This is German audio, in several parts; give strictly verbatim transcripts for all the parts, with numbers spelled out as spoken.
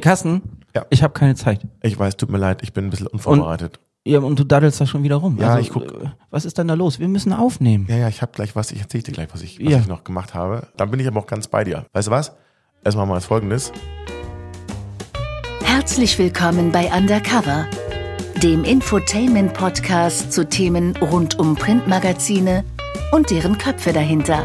Carsten, Ja. ich habe keine Zeit. Ich weiß, tut mir leid, ich bin ein bisschen unvorbereitet. Ja, und du daddelst da schon wieder rum. Ja, also, ich guck. äh, Was ist denn da los? Wir müssen aufnehmen. Ja, ja, ich habe gleich was, ich erzähle dir gleich, was ich, was Ja. ich noch gemacht habe. Dann bin ich aber auch ganz bei dir. Weißt du was? Erstmal mal Folgendes. Herzlich willkommen bei Undercover, dem Infotainment-Podcast zu Themen rund um Printmagazine und deren Köpfe dahinter.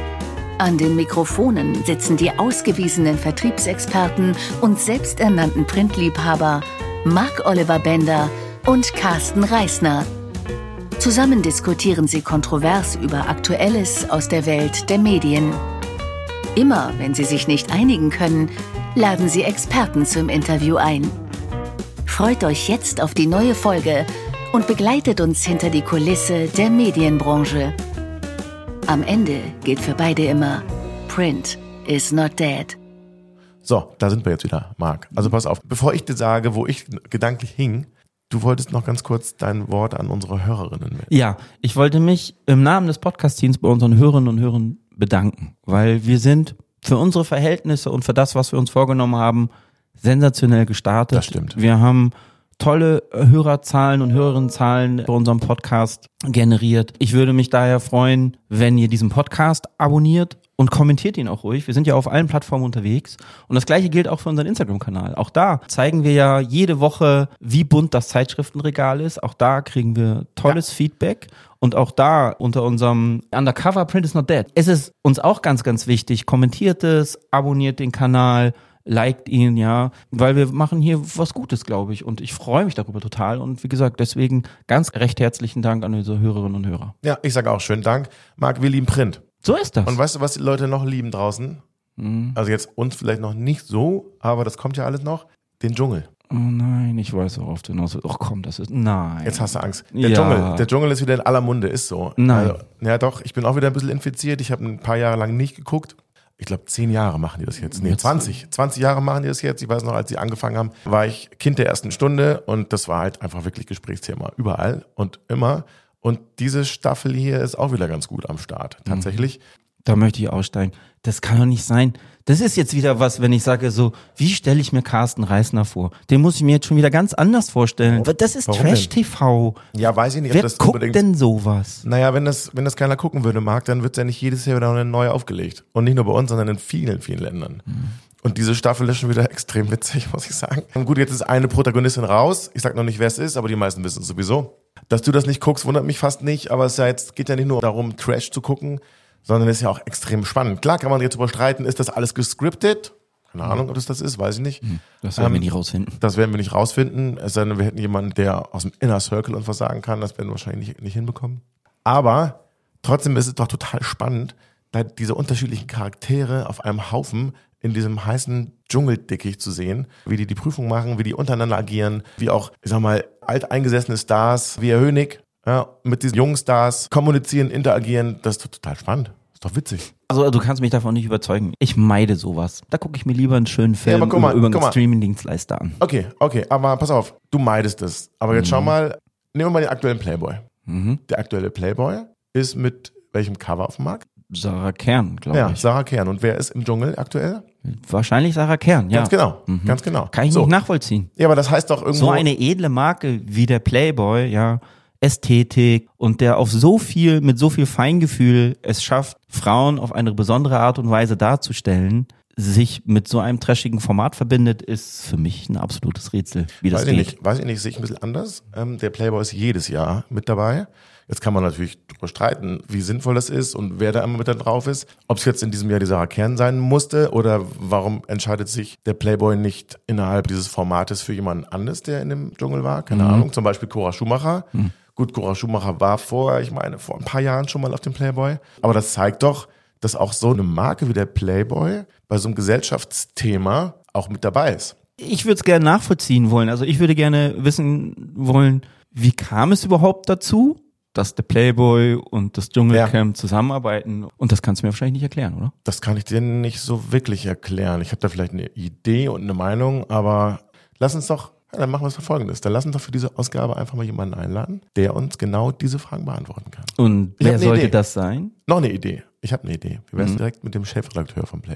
An den Mikrofonen sitzen die ausgewiesenen Vertriebsexperten und selbsternannten Printliebhaber Marc-Oliver Bender und Carsten Reisner. Zusammen diskutieren sie kontrovers über Aktuelles aus der Welt der Medien. Immer wenn sie sich nicht einigen können, laden sie Experten zum Interview ein. Freut euch jetzt auf die neue Folge und begleitet uns hinter die Kulisse der Medienbranche. Am Ende gilt für beide immer: Print is not dead. So, da sind wir jetzt wieder, Marc. Also pass auf, bevor ich dir sage, wo ich gedanklich hing, du wolltest noch ganz kurz dein Wort an unsere Hörerinnen mit. Ja, ich wollte mich im Namen des Podcast-Teams bei unseren Hörerinnen und Hörern bedanken, weil wir sind für unsere Verhältnisse und für das, was wir uns vorgenommen haben, sensationell gestartet. Das stimmt. Wir haben tolle Hörerzahlen und Hörerinnenzahlen bei unserem Podcast generiert. Ich würde mich daher freuen, wenn ihr diesen Podcast abonniert und kommentiert ihn auch ruhig. Wir sind ja auf allen Plattformen unterwegs. Und das Gleiche gilt auch für unseren Instagram-Kanal. Auch da zeigen wir ja jede Woche, wie bunt das Zeitschriftenregal ist. Auch da kriegen wir tolles ja. Feedback. Und auch da unter unserem Undercover Print is not dead. Es ist uns auch ganz, ganz wichtig. Kommentiert es, abonniert den Kanal, liked ihn, ja, weil wir machen hier was Gutes, glaube ich, und ich freue mich darüber total und wie gesagt, deswegen ganz recht herzlichen Dank an unsere Hörerinnen und Hörer. Ja, ich sage auch schönen Dank. Marc, wir lieben Print. So ist das. Und weißt du, was die Leute noch lieben draußen? Mhm. Also jetzt uns vielleicht noch nicht so, aber das kommt ja alles noch. Den Dschungel. Oh nein, ich weiß, worauf du hinaus willst. Ach komm, das ist, nein. Jetzt hast du Angst. Der Ja. Dschungel, der Dschungel ist wieder in aller Munde, ist so. Nein. Also, ja doch, ich bin auch wieder ein bisschen infiziert. Ich habe ein paar Jahre lang nicht geguckt. Ich glaube, zehn Jahre machen die das jetzt. Nee, Jetzt- zwanzig. zwanzig Jahre machen die das jetzt. Ich weiß noch, als sie angefangen haben, war ich Kind der ersten Stunde und das war halt einfach wirklich Gesprächsthema. Überall und immer. Und diese Staffel hier ist auch wieder ganz gut am Start. Tatsächlich. Da möchte ich aussteigen. Das kann doch nicht sein. Das ist jetzt wieder was, wenn ich sage so, wie stelle ich mir Carsten Reisner vor? Den muss ich mir jetzt schon wieder ganz anders vorstellen. Das ist Warum Trash-T V. Ja, weiß ich nicht, ob Wer das guckt unbedingt... denn sowas? Naja, wenn das, wenn das keiner gucken würde, Marc, dann wird es ja nicht jedes Jahr wieder neu aufgelegt. Und nicht nur bei uns, sondern in vielen, vielen Ländern. Mhm. Und diese Staffel ist schon wieder extrem witzig, muss ich sagen. Und gut, jetzt ist eine Protagonistin raus. Ich sag noch nicht, wer es ist, aber die meisten wissen es sowieso. Dass du das nicht guckst, wundert mich fast nicht. Aber es ist ja jetzt, geht ja nicht nur darum, Trash zu gucken, sondern es ist ja auch extrem spannend. Klar kann man jetzt überstreiten, ist das alles gescriptet? Keine Ahnung, ob das das ist, weiß ich nicht. Das werden Ähm, wir nie rausfinden. Das werden wir nicht rausfinden, es sei denn, wir hätten jemanden, der aus dem Inner Circle uns was sagen kann. Das werden wir wahrscheinlich nicht, nicht hinbekommen. Aber trotzdem ist es doch total spannend, da diese unterschiedlichen Charaktere auf einem Haufen in diesem heißen Dschungeldickicht zu sehen, wie die die Prüfung machen, wie die untereinander agieren, wie auch, ich sag mal, alteingesessene Stars wie Herr Hönig, ja, mit diesen jungen Stars kommunizieren, interagieren. Das ist doch total spannend. Ist doch witzig. Also du kannst mich davon nicht überzeugen. Ich meide sowas. Da gucke ich mir lieber einen schönen Film aber guck mal, über, über guck einen mal. Streaming-Dienstleister an. Okay, okay, aber pass auf, du meidest es. Aber jetzt schau mal, nehmen wir mal den aktuellen Playboy. Mhm. Der aktuelle Playboy ist mit welchem Cover auf dem Markt? Sarah Kern, glaube Ja, ich. Sarah Kern. Und wer ist im Dschungel aktuell? Wahrscheinlich Sarah Kern, ja. Ganz genau, ganz genau. Kann ich so. nicht nachvollziehen. Ja, aber das heißt doch irgendwo... So eine edle Marke wie der Playboy, ja, Ästhetik und der auf so viel, mit so viel Feingefühl es schafft, Frauen auf eine besondere Art und Weise darzustellen, sich mit so einem trashigen Format verbindet, ist für mich ein absolutes Rätsel, wie das weiß ich geht. nicht, weiß ich nicht, sehe ich ein bisschen anders. Ähm, der Playboy ist jedes Jahr mit dabei. Jetzt kann man natürlich darüber streiten, wie sinnvoll das ist und wer da immer mit da drauf ist. Ob es jetzt in diesem Jahr die Sarah Kern sein musste oder warum entscheidet sich der Playboy nicht innerhalb dieses Formates für jemanden anderes, der in dem Dschungel war? Keine Mhm. Ahnung, zum Beispiel Cora Schumacher. Mhm. Gut, Cora Schumacher war vor, ich meine, vor ein paar Jahren schon mal auf dem Playboy. Aber das zeigt doch, dass auch so eine Marke wie der Playboy bei so einem Gesellschaftsthema auch mit dabei ist. Ich würde es gerne nachvollziehen wollen. Also ich würde gerne wissen wollen, wie kam es überhaupt dazu, dass der Playboy und das Dschungelcamp ja. zusammenarbeiten? Und das kannst du mir wahrscheinlich nicht erklären, oder? Das kann ich dir nicht so wirklich erklären. Ich habe da vielleicht eine Idee und eine Meinung, aber lass uns doch, ja, dann machen wir es für Folgendes. Dann lass uns doch für diese Ausgabe einfach mal jemanden einladen, der uns genau diese Fragen beantworten kann. Und Ich wer hab eine sollte Idee. das sein? Noch eine Idee. Ich habe eine Idee. Wir werden Mhm. direkt mit dem Chefredakteur vom Playboy.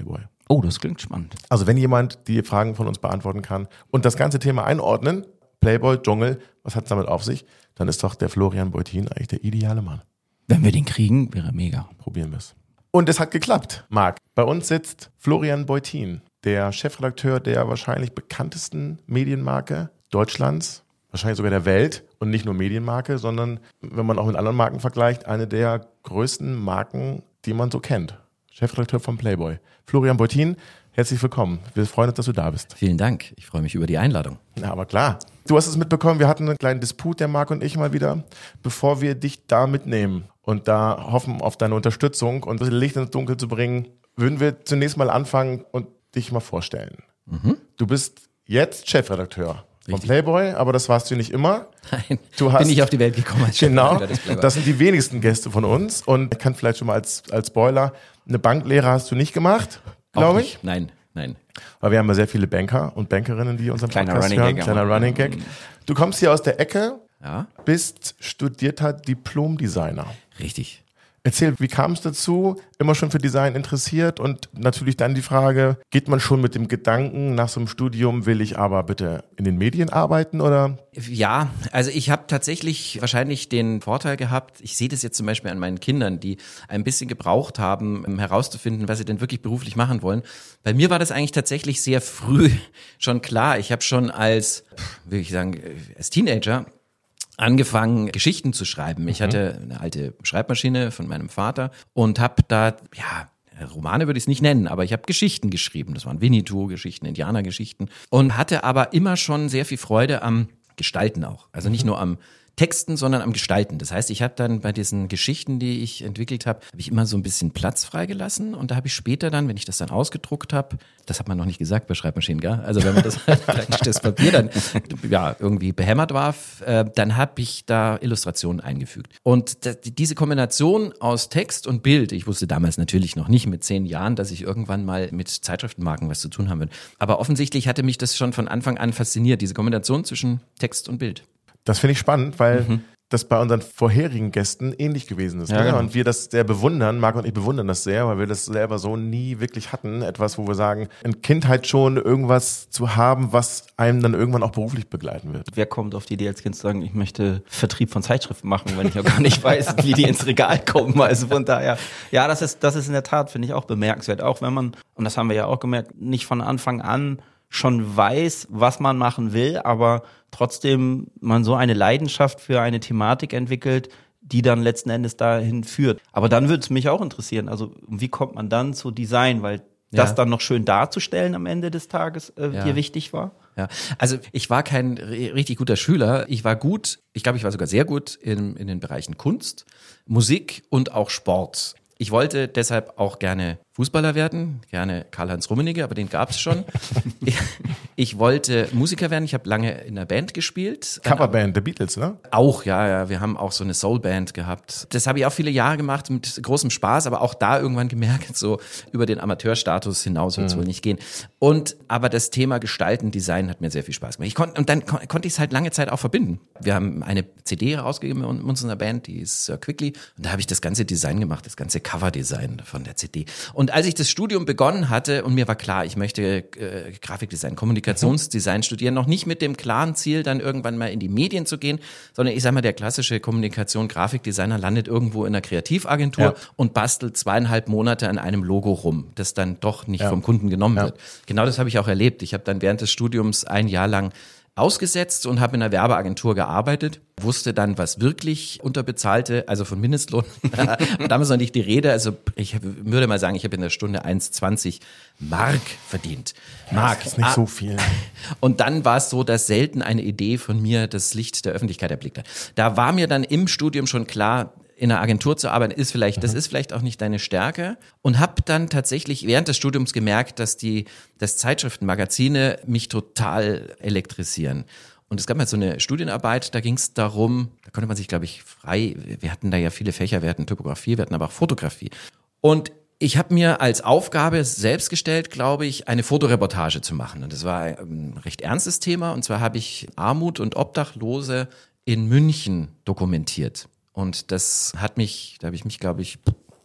Oh, das klingt spannend. Also wenn jemand die Fragen von uns beantworten kann und das ganze Thema einordnen, Playboy, Dschungel, was hat es damit auf sich, dann ist doch der Florian Beutin eigentlich der ideale Mann. Wenn wir den kriegen, wäre mega. Probieren wir es. Und es hat geklappt, Marc. Bei uns sitzt Florian Beutin, der Chefredakteur der wahrscheinlich bekanntesten Medienmarke Deutschlands, wahrscheinlich sogar der Welt und nicht nur Medienmarke, sondern wenn man auch mit anderen Marken vergleicht, eine der größten Marken, die man so kennt. Chefredakteur von Playboy. Florian Beutin, herzlich willkommen. Wir freuen uns, dass du da bist. Vielen Dank. Ich freue mich über die Einladung. Na, aber klar. Du hast es mitbekommen, wir hatten einen kleinen Disput, der Marc und ich mal wieder, bevor wir dich da mitnehmen und da hoffen auf deine Unterstützung und das Licht ins Dunkel zu bringen, würden wir zunächst mal anfangen und dich mal vorstellen. Mhm. Du bist jetzt Chefredakteur von Playboy, aber das warst du nicht immer. Nein, du hast, bin ich auf die Welt gekommen als Genau, das sind die wenigsten Gäste von uns und ich kann vielleicht schon mal als, als Spoiler, eine Banklehre hast du nicht gemacht, glaube ich. Nein, nein. Weil wir haben ja sehr viele Banker und Bankerinnen, die unseren Kleiner Podcast Running hören. Gag, Kleiner Running Gag. Du kommst hier aus der Ecke, Ja, bist studierter Diplom-Designer. richtig. Erzähl, wie kam es dazu? Immer schon für Design interessiert und natürlich dann die Frage, geht man schon mit dem Gedanken, nach so einem Studium will ich aber bitte in den Medien arbeiten oder? Ja, also ich habe tatsächlich wahrscheinlich den Vorteil gehabt, ich sehe das jetzt zum Beispiel an meinen Kindern, die ein bisschen gebraucht haben, um herauszufinden, was sie denn wirklich beruflich machen wollen. Bei mir war das eigentlich tatsächlich sehr früh schon klar. Ich habe schon als, will ich sagen, als Teenager angefangen, Geschichten zu schreiben. Ich hatte eine alte Schreibmaschine von meinem Vater und habe da, ja, Romane würde ich es nicht nennen, aber ich habe Geschichten geschrieben. Das waren Winnetou-Geschichten, Indianergeschichten und hatte aber immer schon sehr viel Freude am Gestalten auch. Also nicht nur am Texten, sondern am Gestalten. Das heißt, ich habe dann bei diesen Geschichten, die ich entwickelt habe, habe ich immer so ein bisschen Platz freigelassen und da habe ich später dann, wenn ich das dann ausgedruckt habe, das hat man noch nicht gesagt bei Schreibmaschinen, gell? Also wenn man das praktisch das Papier dann ja irgendwie behämmert war, äh, dann habe ich da Illustrationen eingefügt. Und da, diese Kombination aus Text und Bild, ich wusste damals natürlich noch nicht mit zehn Jahren, dass ich irgendwann mal mit Zeitschriftenmarken was zu tun haben würde. Aber offensichtlich hatte mich das schon von Anfang an fasziniert, diese Kombination zwischen Text und Bild. Das finde ich spannend, weil mhm. das bei unseren vorherigen Gästen ähnlich gewesen ist. Ja, ne? genau. Und wir das sehr bewundern, Marc und ich bewundern das sehr, weil wir das selber so nie wirklich hatten. Etwas, wo wir sagen, in Kindheit schon irgendwas zu haben, was einem dann irgendwann auch beruflich begleiten wird. Wer kommt auf die Idee als Kind zu sagen, ich möchte Vertrieb von Zeitschriften machen, wenn ich ja gar nicht weiß, wie die ins Regal kommen. Also von daher, ja, das ist, das ist in der Tat, finde ich, auch bemerkenswert. Auch wenn man, und das haben wir ja auch gemerkt, nicht von Anfang an schon weiß, was man machen will, aber trotzdem man so eine Leidenschaft für eine Thematik entwickelt, die dann letzten Endes dahin führt. Aber dann würde es mich auch interessieren, also wie kommt man dann zu Design, weil das Ja. dann noch schön darzustellen am Ende des Tages äh, Ja. dir wichtig war? Ja, also ich war kein ri- richtig guter Schüler. Ich war gut, ich glaube, ich war sogar sehr gut in, in den Bereichen Kunst, Musik und auch Sport. Ich wollte deshalb auch gerne Fußballer werden, gerne Karl-Heinz Rummenigge, aber den gab es schon. ich, ich wollte Musiker werden, ich habe lange in einer Band gespielt. Dann Coverband, The Beatles, ne? Auch, ja, ja, wir haben auch so eine Soulband gehabt. Das habe ich auch viele Jahre gemacht mit großem Spaß, aber auch da irgendwann gemerkt, so über den Amateurstatus hinaus wird es wohl nicht gehen. Und aber das Thema Gestalten, Design hat mir sehr viel Spaß gemacht. Ich konnte und dann kon- konnte ich es halt lange Zeit auch verbinden. Wir haben eine C D rausgegeben in unserer Band, die ist Sir Quickly, und da habe ich das ganze Design gemacht, das ganze Coverdesign von der C D. Und als ich das Studium begonnen hatte und mir war klar, ich möchte äh, Grafikdesign, Kommunikationsdesign studieren, noch nicht mit dem klaren Ziel, dann irgendwann mal in die Medien zu gehen, sondern ich sag mal, der klassische Kommunikation, Grafikdesigner landet irgendwo in einer Kreativagentur Ja. und bastelt zweieinhalb Monate an einem Logo rum, das dann doch nicht Ja. vom Kunden genommen Ja. wird. Genau das habe ich auch erlebt. Ich habe dann während des Studiums ein Jahr lang ausgesetzt und habe in einer Werbeagentur gearbeitet, wusste dann, was wirklich unterbezahlte, also von Mindestlohn, damals noch nicht die Rede, also ich würde mal sagen, ich habe in der Stunde eins Komma zwanzig Mark verdient. Mark. Das ist nicht Ah. so viel. Und dann war es so, dass selten eine Idee von mir das Licht der Öffentlichkeit erblickte. Da war mir dann im Studium schon klar, in einer Agentur zu arbeiten, ist vielleicht, das ist vielleicht auch nicht deine Stärke. Und habe dann tatsächlich während des Studiums gemerkt, dass die, dass Zeitschriften, Magazine mich total elektrisieren. Und es gab mal so eine Studienarbeit, da ging es darum, da konnte man sich, glaube ich, frei, wir hatten da ja viele Fächer, wir hatten Typografie, wir hatten aber auch Fotografie. Und ich habe mir als Aufgabe selbst gestellt, glaube ich, eine Fotoreportage zu machen. Und das war ein recht ernstes Thema. Und zwar habe ich Armut und Obdachlose in München dokumentiert. Und das hat mich, da habe ich mich, glaube ich,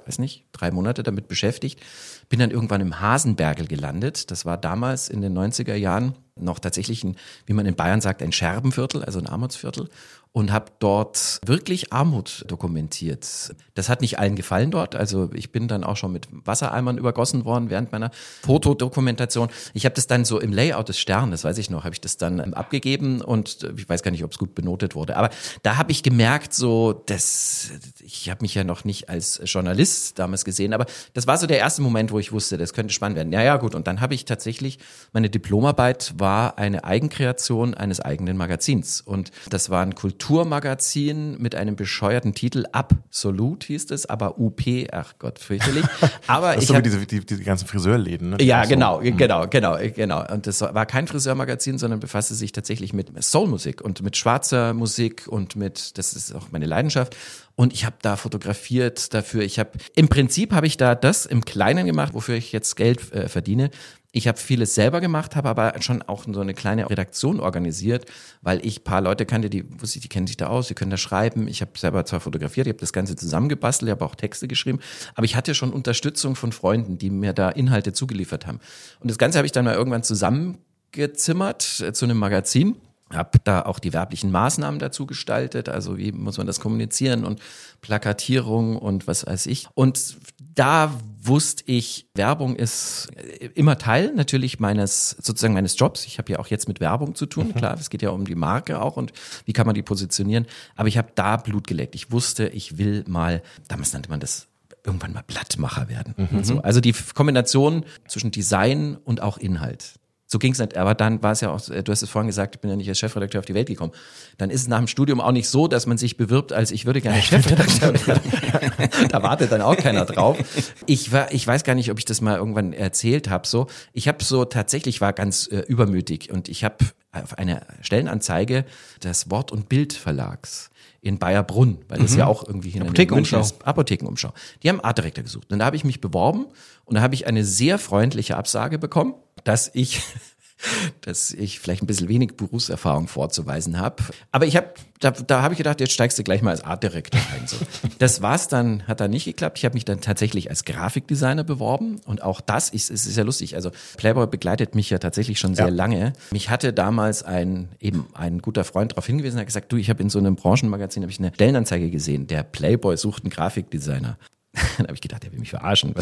weiß nicht, drei Monate damit beschäftigt. Bin dann irgendwann im Hasenbergel gelandet. Das war damals in den neunziger Jahren noch tatsächlich ein, wie man in Bayern sagt, ein Scherbenviertel, also ein Armutsviertel. Und habe dort wirklich Armut dokumentiert. Das hat nicht allen gefallen dort. Also ich bin dann auch schon mit Wassereimern übergossen worden während meiner Fotodokumentation. Ich habe das dann so im Layout des Stern, das weiß ich noch, habe ich das dann ähm, abgegeben und ich weiß gar nicht, ob es gut benotet wurde. Aber da habe ich gemerkt, so, dass ich habe mich ja noch nicht als Journalist damals gesehen, aber das war so der erste Moment, wo ich wusste, das könnte spannend werden. Ja, ja, gut. Und dann habe ich tatsächlich, meine Diplomarbeit war eine Eigenkreation eines eigenen Magazins. Und das war ein Kultur Kulturmagazin mit einem bescheuerten Titel, Absolut hieß es, aber U P, ach Gott, fürchterlich. Aber das ist ich so hab, wie diese, die, die ganzen Friseurläden, ne? Ja, so. genau, genau, genau, genau. Und das war kein Friseurmagazin, sondern befasste sich tatsächlich mit Soulmusik und mit schwarzer Musik und mit, das ist auch meine Leidenschaft. Und ich habe da fotografiert dafür. Ich habe, im Prinzip habe ich da das im Kleinen gemacht, wofür ich jetzt Geld äh, verdiene. Ich habe vieles selber gemacht, habe aber schon auch so eine kleine Redaktion organisiert, weil ich paar Leute kannte, die wusste ich, die kennen sich da aus, die können da schreiben. Ich habe selber zwar fotografiert, ich habe das Ganze zusammengebastelt, ich habe auch Texte geschrieben, aber ich hatte schon Unterstützung von Freunden, die mir da Inhalte zugeliefert haben. Und das Ganze habe ich dann mal irgendwann zusammengezimmert äh, zu einem Magazin. Habe da auch die werblichen Maßnahmen dazu gestaltet, also wie muss man das kommunizieren und Plakatierung und was weiß ich. Und da wusste ich, Werbung ist immer Teil natürlich meines sozusagen meines Jobs. Ich habe ja auch jetzt mit Werbung zu tun, klar, es geht ja um die Marke auch und wie kann man die positionieren. Aber ich habe da Blut geleckt. Ich wusste, ich will mal, damals nannte man das irgendwann mal Blattmacher werden. Mhm. So, also die Kombination zwischen Design und auch Inhalt. So ging es nicht, aber dann war es ja auch, du hast es vorhin gesagt, ich bin ja nicht als Chefredakteur auf die Welt gekommen. Dann ist es nach dem Studium auch nicht so, dass man sich bewirbt, als ich würde gerne Chefredakteur werden. Da wartet dann auch keiner drauf. Ich war, ich weiß gar nicht, ob ich das mal irgendwann erzählt habe. So, ich habe so tatsächlich war ganz äh, übermütig und ich habe auf eine Stellenanzeige des Wort- und Bild-Verlags in Bayerbrunn, weil das mhm. ja auch irgendwie hin Apothekenumschau. ist. Apothekenumschau. Die haben Artdirektor gesucht. Und da habe ich mich beworben und da habe ich eine sehr freundliche Absage bekommen, dass ich, dass ich vielleicht ein bisschen wenig Berufserfahrung vorzuweisen habe. Aber ich habe, da, da habe ich gedacht, jetzt steigst du gleich mal als Artdirektor ein. So. Das war's dann, hat dann nicht geklappt. Ich habe mich dann tatsächlich als Grafikdesigner beworben und auch das ist, es ist ja lustig. Also Playboy begleitet mich ja tatsächlich schon sehr ja. lange. Mich hatte damals ein eben ein guter Freund darauf hingewiesen, hat gesagt, du, ich habe in so einem Branchenmagazin habe ich eine Stellenanzeige gesehen. Der Playboy sucht einen Grafikdesigner. Dann habe ich gedacht, der will mich verarschen.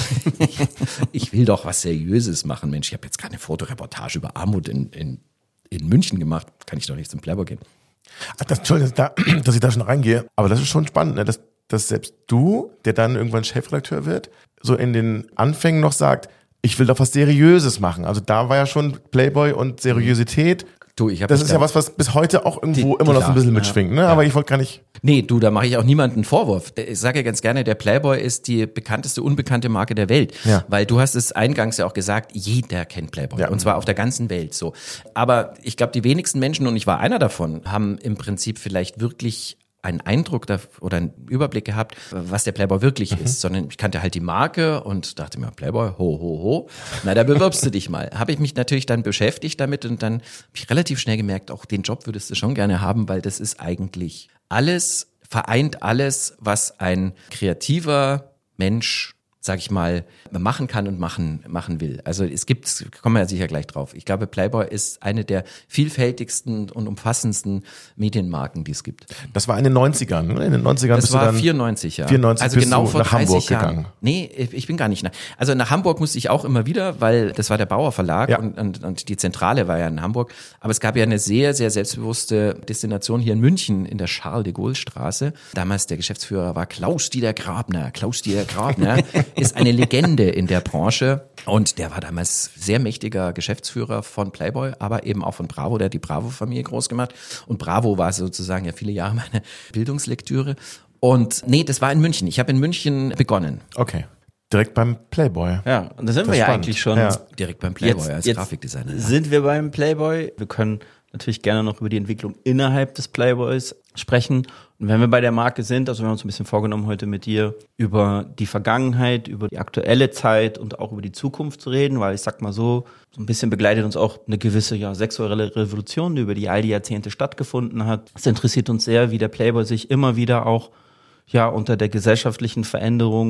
Ich will doch was Seriöses machen, Mensch. Ich habe jetzt keine Fotoreportage über Armut in, in, in München gemacht. Kann ich doch nicht zum Playboy gehen. Ach, das, Entschuldigung, dass, da, dass ich da schon reingehe. Aber das ist schon spannend, ne? dass, dass selbst du, der dann irgendwann Chefredakteur wird, so in den Anfängen noch sagt, ich will doch was Seriöses machen. Also da war ja schon Playboy und Seriosität. Du, ich hab das ist ja was, was bis heute auch irgendwo die, immer noch so ein bisschen mitschwingt, ne? Ja. Aber ich wollte gar nicht. Nee, du, da mache ich auch niemanden Vorwurf. Ich sage ja ganz gerne, der Playboy ist die bekannteste unbekannte Marke der Welt. Ja. Weil du hast es eingangs ja auch gesagt, jeder kennt Playboy. Ja. Und zwar auf der ganzen Welt so. Aber ich glaube, die wenigsten Menschen, und ich war einer davon, haben im Prinzip vielleicht wirklich einen Eindruck da, oder einen Überblick gehabt, was der Playboy wirklich mhm. ist, sondern ich kannte halt die Marke und dachte mir, Playboy, ho, ho, ho, na, da bewirbst du dich mal. Habe ich mich natürlich dann beschäftigt damit und dann habe ich relativ schnell gemerkt, auch den Job würdest du schon gerne haben, weil das ist eigentlich alles, vereint alles, was ein kreativer Mensch, sag ich mal, machen kann und machen machen will. Also es gibt, kommen wir ja sicher gleich drauf. Ich glaube, Playboy ist eine der vielfältigsten und umfassendsten Medienmarken, die es gibt. Das war in den neunzigern, ne? In den neunzigern das bist war du dann vierundneunzig, ja. vierundneunzig also bist genau du vor nach Hamburg Jahren. gegangen. Nee, ich bin gar nicht nach. Also nach Hamburg musste ich auch immer wieder, weil das war der Bauer Verlag ja. und, und, und die Zentrale war ja in Hamburg. Aber es gab ja eine sehr, sehr selbstbewusste Destination hier in München in der Charles de Gaulle Straße. Damals der Geschäftsführer war Klaus-Dieter Grabner. Klaus-Dieter Grabner ist eine Legende in der Branche und der war damals sehr mächtiger Geschäftsführer von Playboy, aber eben auch von Bravo, der hat die Bravo-Familie groß gemacht und Bravo war sozusagen ja viele Jahre meine Bildungslektüre und nee, das war in München. Ich habe in München begonnen. Okay. Direkt beim Playboy. Ja, und da sind das wir ja spannend. Eigentlich schon. Ja. Direkt beim Playboy jetzt, als jetzt Grafikdesigner. Ja. Sind wir beim Playboy. Wir können natürlich gerne noch über die Entwicklung innerhalb des Playboys sprechen. Und wenn wir bei der Marke sind, also wir haben uns ein bisschen vorgenommen, heute mit dir über die Vergangenheit, über die aktuelle Zeit und auch über die Zukunft zu reden, weil ich sag mal so, so ein bisschen begleitet uns auch eine gewisse ja, sexuelle Revolution, die über die all die Jahrzehnte stattgefunden hat. Es interessiert uns sehr, wie der Playboy sich immer wieder auch ja unter der gesellschaftlichen Veränderung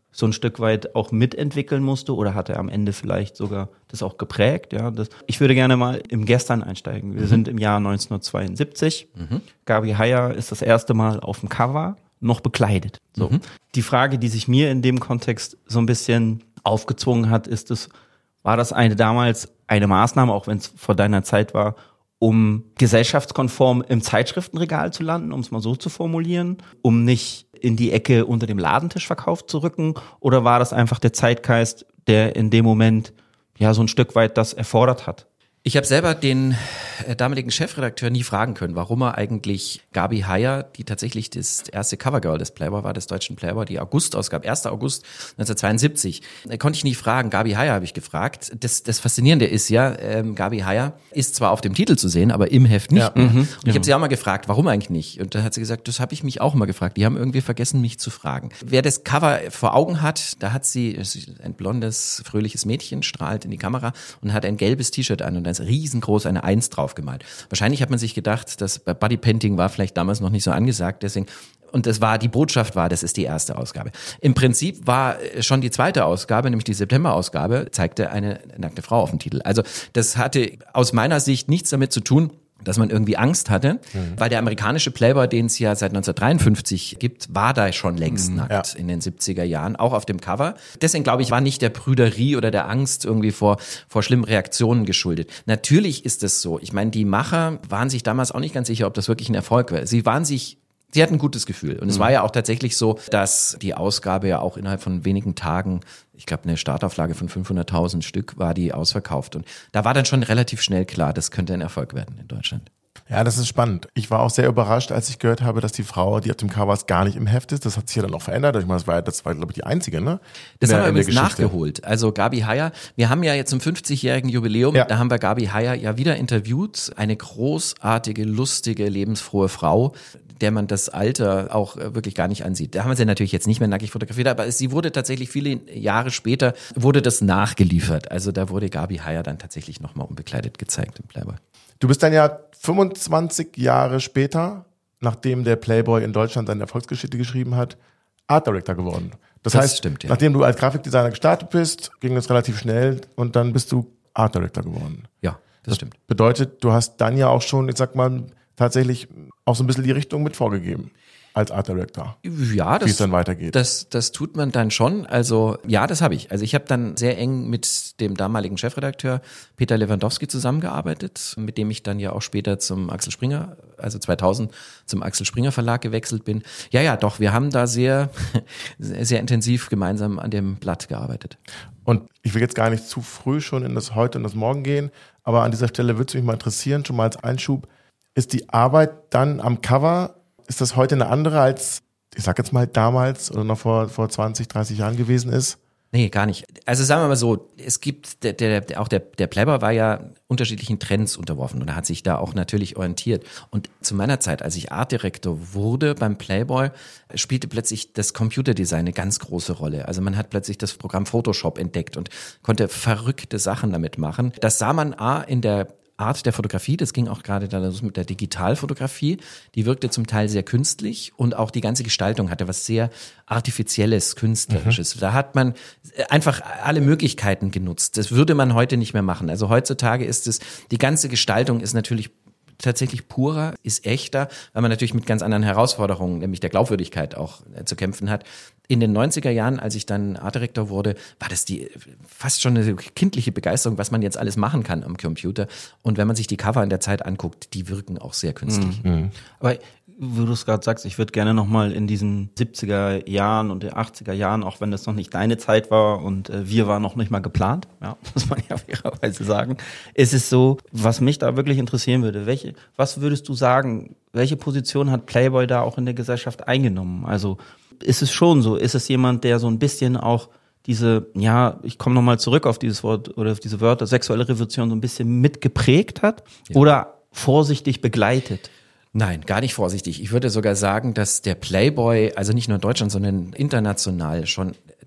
so ein Stück weit auch mitentwickeln musste oder hat er am Ende vielleicht sogar das auch geprägt? Ja, das, ich würde gerne mal im Gestern einsteigen. Wir mhm. sind im Jahr neunzehnhundertzweiundsiebzig. Mhm. Gabi Haier ist das erste Mal auf dem Cover noch bekleidet. So. Mhm. Die Frage, die sich mir in dem Kontext so ein bisschen aufgezwungen hat, ist es, war das eine damals eine Maßnahme, auch wenn es vor deiner Zeit war, um gesellschaftskonform im Zeitschriftenregal zu landen, um es mal so zu formulieren, um nicht in die Ecke unter dem Ladentisch verkauft zu rücken? Oder war das einfach der Zeitgeist, der in dem Moment ja so ein Stück weit das erfordert hat? Ich habe selber den äh, damaligen Chefredakteur nie fragen können, warum er eigentlich Gabi Haier, die tatsächlich das erste Covergirl des Playboy war, des deutschen Playboy, die August-Ausgabe, erster August neunzehnhundertzweiundsiebzig, äh, konnte ich nie fragen. Gabi Haier habe ich gefragt. Das, das Faszinierende ist ja, ähm, Gabi Haier ist zwar auf dem Titel zu sehen, aber im Heft nicht ja. mehr. Mhm, und ich ja. habe sie auch mal gefragt, warum eigentlich nicht? Und dann hat sie gesagt, das habe ich mich auch mal gefragt. Die haben irgendwie vergessen, mich zu fragen. Wer das Cover vor Augen hat, da hat sie ein blondes, fröhliches Mädchen, strahlt in die Kamera und hat ein gelbes T-Shirt an und dann ist riesengroß eine Eins drauf gemalt. Wahrscheinlich hat man sich gedacht, dass bei Bodypainting war vielleicht damals noch nicht so angesagt, deswegen, und das war, die Botschaft war, das ist die erste Ausgabe. Im Prinzip war schon die zweite Ausgabe, nämlich die September-Ausgabe, zeigte eine nackte Frau auf dem Titel. Also das hatte aus meiner Sicht nichts damit zu tun, dass man irgendwie Angst hatte, mhm. weil der amerikanische Playboy, den es ja seit neunzehnhundertdreiundfünfzig gibt, war da schon längst mhm, nackt ja. in den siebziger Jahren, auch auf dem Cover. Deswegen glaube ich, war nicht der Prüderie oder der Angst irgendwie vor vor schlimmen Reaktionen geschuldet. Natürlich ist es so. Ich meine, die Macher waren sich damals auch nicht ganz sicher, ob das wirklich ein Erfolg war. Sie waren sich Sie hatten ein gutes Gefühl. Und mhm. es war ja auch tatsächlich so, dass die Ausgabe ja auch innerhalb von wenigen Tagen, ich glaube eine Startauflage von fünfhunderttausend Stück, war die ausverkauft. Und da war dann schon relativ schnell klar, das könnte ein Erfolg werden in Deutschland. Ja, das ist spannend. Ich war auch sehr überrascht, als ich gehört habe, dass die Frau, die auf dem Cover ist, gar nicht im Heft ist. Das hat sich ja dann auch verändert. Ich meine, das war, das war glaube ich, die einzige, ne? Das der, haben wir übrigens nachgeholt. Also Gabi Haier, wir haben ja jetzt zum fünfzigjährigen Jubiläum, ja. da haben wir Gabi Haier ja wieder interviewt. Eine großartige, lustige, lebensfrohe Frau, der man das Alter auch wirklich gar nicht ansieht. Da haben wir sie natürlich jetzt nicht mehr nackig fotografiert, aber sie wurde tatsächlich viele Jahre später, wurde das nachgeliefert. Also da wurde Gabi Haier dann tatsächlich nochmal unbekleidet gezeigt im Playboy. Du bist dann ja fünfundzwanzig Jahre später, nachdem der Playboy in Deutschland seine Erfolgsgeschichte geschrieben hat, Art Director geworden. Das, das heißt, stimmt, ja. nachdem du als Grafikdesigner gestartet bist, ging das relativ schnell und dann bist du Art Director geworden. Ja, das, das stimmt. Bedeutet, du hast dann ja auch schon, ich sag mal, tatsächlich auch so ein bisschen die Richtung mit vorgegeben als Art Director. Ja, das, wie es dann weitergeht. Das, das tut man dann schon. Also ja, das habe ich. Also ich habe dann sehr eng mit dem damaligen Chefredakteur Peter Lewandowski zusammengearbeitet, mit dem ich dann ja auch später zum Axel Springer, also zweitausend zum Axel Springer Verlag gewechselt bin. Ja, ja, doch, wir haben da sehr, sehr intensiv gemeinsam an dem Blatt gearbeitet. Und ich will jetzt gar nicht zu früh schon in das Heute und das Morgen gehen, aber an dieser Stelle würde es mich mal interessieren, schon mal als Einschub, ist die Arbeit dann am Cover, ist das heute eine andere als, ich sag jetzt mal damals oder noch vor, vor zwanzig, dreißig Jahren gewesen ist? Nee, gar nicht. Also sagen wir mal so, es gibt, der, der, der, auch der, der Playboy war ja unterschiedlichen Trends unterworfen und er hat sich da auch natürlich orientiert. Und zu meiner Zeit, als ich Artdirektor wurde beim Playboy, spielte plötzlich das Computerdesign eine ganz große Rolle. Also man hat plötzlich das Programm Photoshop entdeckt und konnte verrückte Sachen damit machen. Das sah man A in der Art der Fotografie, das ging auch gerade da los mit der Digitalfotografie, die wirkte zum Teil sehr künstlich und auch die ganze Gestaltung hatte was sehr Artifizielles, Künstlerisches. Mhm. Da hat man einfach alle Möglichkeiten genutzt. Das würde man heute nicht mehr machen. Also heutzutage ist es, die ganze Gestaltung ist natürlich tatsächlich purer, ist echter, weil man natürlich mit ganz anderen Herausforderungen, nämlich der Glaubwürdigkeit auch äh, zu kämpfen hat. In den neunziger Jahren, als ich dann Artdirektor wurde, war das die fast schon eine kindliche Begeisterung, was man jetzt alles machen kann am Computer. Und wenn man sich die Cover in der Zeit anguckt, die wirken auch sehr künstlich. Mhm. Aber wo du es gerade sagst, ich würde gerne nochmal in diesen siebziger Jahren und den achtziger Jahren, auch wenn das noch nicht deine Zeit war und äh, wir waren noch nicht mal geplant, ja, muss man ja fairerweise sagen, ist es so, was mich da wirklich interessieren würde, welche, was würdest du sagen, welche Position hat Playboy da auch in der Gesellschaft eingenommen? Also ist es schon so, ist es jemand, der so ein bisschen auch diese, ja, ich komme nochmal zurück auf dieses Wort oder auf diese Wörter, sexuelle Revolution so ein bisschen mitgeprägt hat ja. oder vorsichtig begleitet? Nein, gar nicht vorsichtig. Ich würde sogar sagen, dass der Playboy, also nicht nur in Deutschland, sondern international schon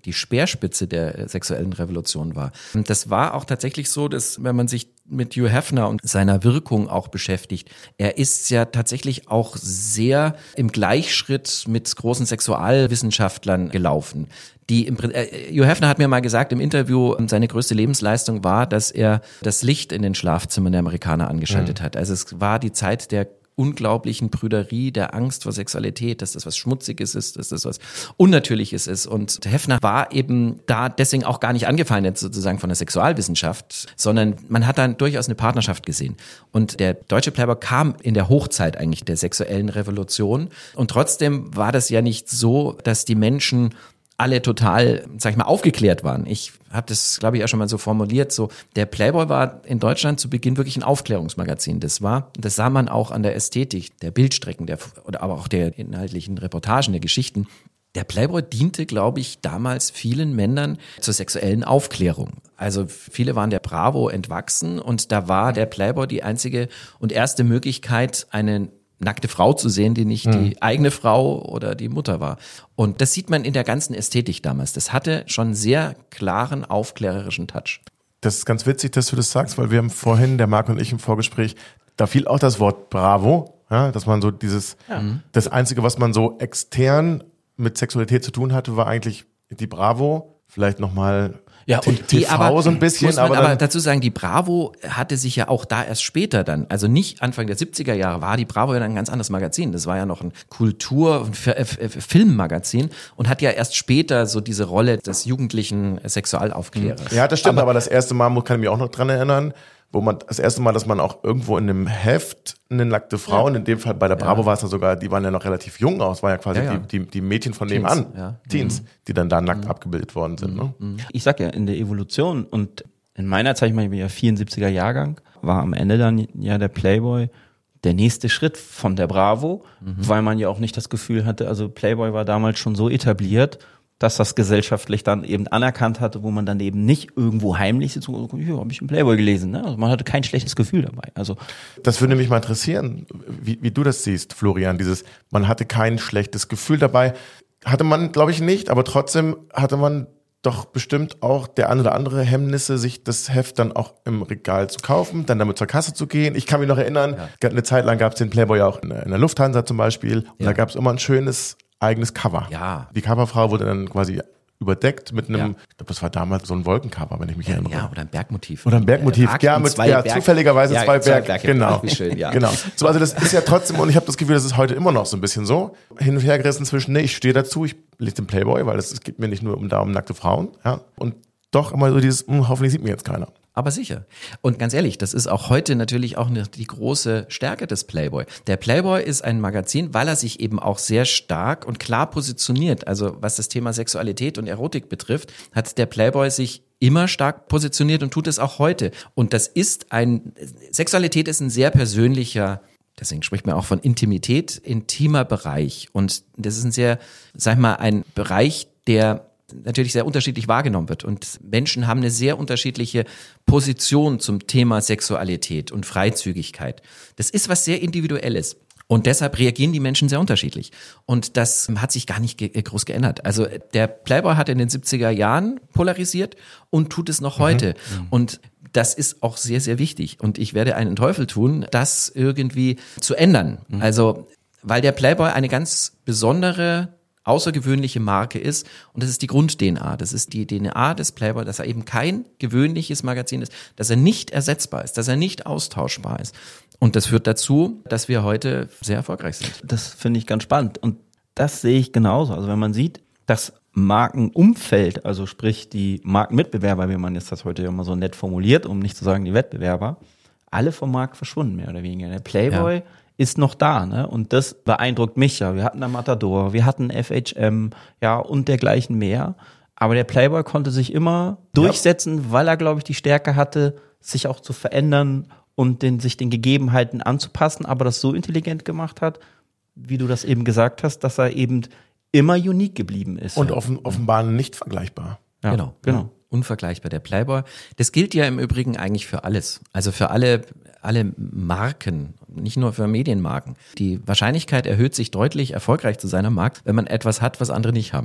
die Speerspitze der sexuellen Revolution war. Und das war auch tatsächlich so, dass wenn man sich mit Hugh Hefner und seiner Wirkung auch beschäftigt, er ist ja tatsächlich auch sehr im Gleichschritt mit großen Sexualwissenschaftlern gelaufen. Die im, äh, Hugh Hefner hat mir mal gesagt im Interview, seine größte Lebensleistung war, dass er das Licht in den Schlafzimmern der Amerikaner angeschaltet mhm. hat. Also es war die Zeit der unglaublichen Prüderie, der Angst vor Sexualität, dass das was Schmutziges ist, dass das was Unnatürliches ist. Und Hefner war eben da deswegen auch gar nicht angefeindet sozusagen von der Sexualwissenschaft, sondern man hat dann durchaus eine Partnerschaft gesehen. Und der deutsche Playboy kam in der Hochzeit eigentlich der sexuellen Revolution. Und trotzdem war das ja nicht so, dass die Menschen alle total, sag ich mal, aufgeklärt waren. Ich habe das, glaube ich, auch schon mal so formuliert, so der Playboy war in Deutschland zu Beginn wirklich ein Aufklärungsmagazin. Das war, das sah man auch an der Ästhetik, der Bildstrecken, der oder aber auch der inhaltlichen Reportagen, der Geschichten. Der Playboy diente, glaube ich, damals vielen Männern zur sexuellen Aufklärung. Also viele waren der Bravo entwachsen und da war der Playboy die einzige und erste Möglichkeit, eine nackte Frau zu sehen, die nicht mhm. die eigene Frau oder die Mutter war. Und das sieht man in der ganzen Ästhetik damals. Das hatte schon einen sehr klaren, aufklärerischen Touch. Das ist ganz witzig, dass du das sagst, weil wir haben vorhin, der Marc und ich im Vorgespräch, da fiel auch das Wort Bravo, ja, dass man so dieses, ja. das Einzige, was man so extern mit Sexualität zu tun hatte, war eigentlich die Bravo, vielleicht nochmal ja, und die T V aber, so ein bisschen. Muss man aber, aber dazu sagen, die Bravo hatte sich ja auch da erst später dann, also nicht Anfang der siebziger Jahre, war die Bravo ja dann ein ganz anderes Magazin. Das war ja noch ein Kultur- und Filmmagazin und hat ja erst später so diese Rolle des jugendlichen Sexualaufklärers. Ja, das stimmt, aber, aber das erste Mal, kann ich mich auch noch dran erinnern, wo man das erste Mal, dass man auch irgendwo in einem Heft eine nackte Frau, ja. in dem Fall bei der Bravo ja. war es ja sogar, die waren ja noch relativ jung aus, war ja quasi ja, ja. Die, die, die Mädchen von Teens, nebenan, ja. Teens, mhm. die dann da nackt mhm. abgebildet worden sind. Ne? Ich sag ja, in der Evolution und in meiner Zeit, ich meine, ich bin ja vierundsiebziger Jahrgang, war am Ende dann ja der Playboy der nächste Schritt von der Bravo, mhm. weil man ja auch nicht das Gefühl hatte, also Playboy war damals schon so etabliert, dass das gesellschaftlich dann eben anerkannt hatte, wo man dann eben nicht irgendwo heimlich sitzt, so, ja, habe ich im Playboy gelesen, ne? Also man hatte kein schlechtes Gefühl dabei. Also das würde mich mal interessieren, wie, wie du das siehst, Florian, dieses, man hatte kein schlechtes Gefühl dabei. Hatte man, glaube ich, nicht, aber trotzdem hatte man doch bestimmt auch der eine oder andere Hemmnisse, sich das Heft dann auch im Regal zu kaufen, dann damit zur Kasse zu gehen. Ich kann mich noch erinnern, ja. eine Zeit lang gab es den Playboy auch in der Lufthansa zum Beispiel und ja. da gab es immer ein schönes eigenes Cover. Ja. Die Coverfrau wurde dann quasi überdeckt mit einem, ja. ich glaube, das war damals so ein Wolkencover, wenn ich mich erinnere. Ja, oder ein Bergmotiv. Oder ein Bergmotiv, ja, mit ja, Berg, zufälligerweise ja, zwei, zwei Berge. Berge. Genau. Ach, wie schön, ja. Genau. So, also das ist ja trotzdem, und ich habe das Gefühl, das ist heute immer noch so ein bisschen so, hin und her gerissen zwischen, nee, ich stehe dazu, ich lese den Playboy, weil es geht mir nicht nur um da um nackte Frauen, ja, und doch immer so dieses, mh, hoffentlich sieht mir jetzt keiner. Aber sicher. Und ganz ehrlich, das ist auch heute natürlich auch eine, die große Stärke des Playboy. Der Playboy ist ein Magazin, weil er sich eben auch sehr stark und klar positioniert. Also was das Thema Sexualität und Erotik betrifft, hat der Playboy sich immer stark positioniert und tut es auch heute. Und das ist ein, Sexualität ist ein sehr persönlicher, deswegen spricht man auch von Intimität, intimer Bereich. Und das ist ein sehr, sag ich mal, ein Bereich, der natürlich sehr unterschiedlich wahrgenommen wird. Und Menschen haben eine sehr unterschiedliche Position zum Thema Sexualität und Freizügigkeit. Das ist was sehr Individuelles. Und deshalb reagieren die Menschen sehr unterschiedlich. Und das hat sich gar nicht ge- groß geändert. Also der Playboy hat in den siebziger Jahren polarisiert und tut es noch heute. Mhm. Und das ist auch sehr, sehr wichtig. Und ich werde einen Teufel tun, das irgendwie zu ändern. Mhm. Also, weil der Playboy eine ganz besondere außergewöhnliche Marke ist und das ist die Grund-D N A. Das ist die D N A des Playboy, dass er eben kein gewöhnliches Magazin ist, dass er nicht ersetzbar ist, dass er nicht austauschbar ist. Und das führt dazu, dass wir heute sehr erfolgreich sind. Das finde ich ganz spannend und das sehe ich genauso. Also wenn man sieht, das Markenumfeld, also sprich die Markenmitbewerber, wie man jetzt das heute immer so nett formuliert, um nicht zu sagen die Wettbewerber, alle vom Markt verschwunden, mehr oder weniger. Der Playboy ja. ist noch da, ne? Und das beeindruckt mich ja. Wir hatten da Matador, wir hatten F H M, ja, und dergleichen mehr. Aber der Playboy konnte sich immer durchsetzen, ja. weil er, glaube ich, die Stärke hatte, sich auch zu verändern und den, sich den Gegebenheiten anzupassen, aber das so intelligent gemacht hat, wie du das eben gesagt hast, dass er eben immer unique geblieben ist. Und offen, offenbar nicht vergleichbar. Ja, genau, genau. Unvergleichbar, der Playboy. Das gilt ja im Übrigen eigentlich für alles. Also für alle, alle Marken, nicht nur für Medienmarken. Die Wahrscheinlichkeit erhöht sich deutlich, erfolgreich zu sein am Markt, wenn man etwas hat, was andere nicht haben.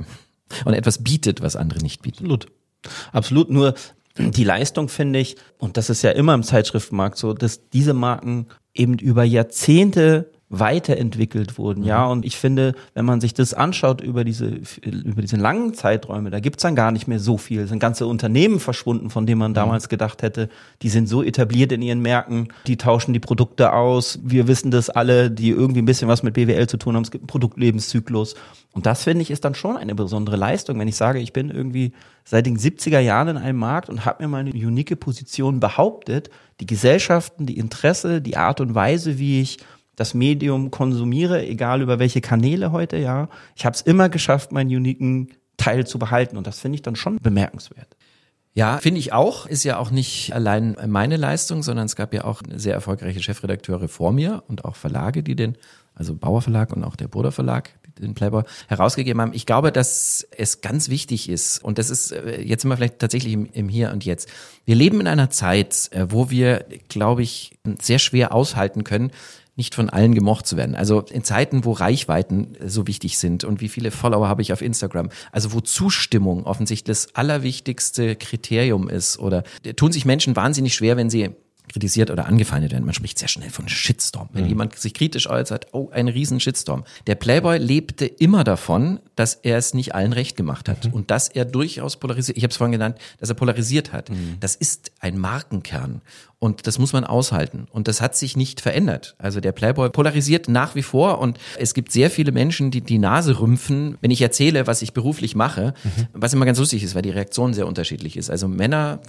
und etwas bietet, was andere nicht bieten. Absolut. Absolut. Nur die Leistung finde ich, und das ist ja immer im Zeitschriftenmarkt so, dass diese Marken eben über Jahrzehnte weiterentwickelt wurden, ja, und ich finde, wenn man sich das anschaut über diese über diese langen Zeiträume, da gibt's dann gar nicht mehr so viel, es sind ganze Unternehmen verschwunden, von denen man damals gedacht hätte, die sind so etabliert in ihren Märkten, die tauschen die Produkte aus, wir wissen das alle, die irgendwie ein bisschen was mit B W L zu tun haben, es gibt einen Produktlebenszyklus und das finde ich ist dann schon eine besondere Leistung, wenn ich sage, ich bin irgendwie seit den siebziger Jahren in einem Markt und habe mir mal eine unique Position behauptet, die Gesellschaften, die Interesse, die Art und Weise, wie ich das Medium konsumiere, egal über welche Kanäle heute, ja. Ich habe es immer geschafft, meinen uniken Teil zu behalten und das finde ich dann schon bemerkenswert. Ja, finde ich auch. Ist ja auch nicht allein meine Leistung, sondern es gab ja auch sehr erfolgreiche Chefredakteure vor mir und auch Verlage, die den, also Bauer Verlag und auch der Burda Verlag, die den Playboy herausgegeben haben. Ich glaube, dass es ganz wichtig ist und das ist, jetzt sind wir vielleicht tatsächlich im, im Hier und Jetzt. Wir leben in einer Zeit, wo wir, glaube ich, sehr schwer aushalten können, nicht von allen gemocht zu werden. Also in Zeiten, wo Reichweiten so wichtig sind und wie viele Follower habe ich auf Instagram, also wo Zustimmung offensichtlich das allerwichtigste Kriterium ist oder tun sich Menschen wahnsinnig schwer, wenn sie kritisiert oder angefeindet werden. Man spricht sehr schnell von Shitstorm. Wenn mhm. jemand sich kritisch äußert, oh, ein riesen Shitstorm. Der Playboy lebte immer davon, dass er es nicht allen recht gemacht hat mhm. und dass er durchaus polarisiert, ich habe es vorhin genannt, dass er polarisiert hat. Mhm. Das ist ein Markenkern und das muss man aushalten und das hat sich nicht verändert. Also der Playboy polarisiert nach wie vor und es gibt sehr viele Menschen, die die Nase rümpfen, wenn ich erzähle, was ich beruflich mache, mhm. was immer ganz lustig ist, weil die Reaktion sehr unterschiedlich ist. Also Männer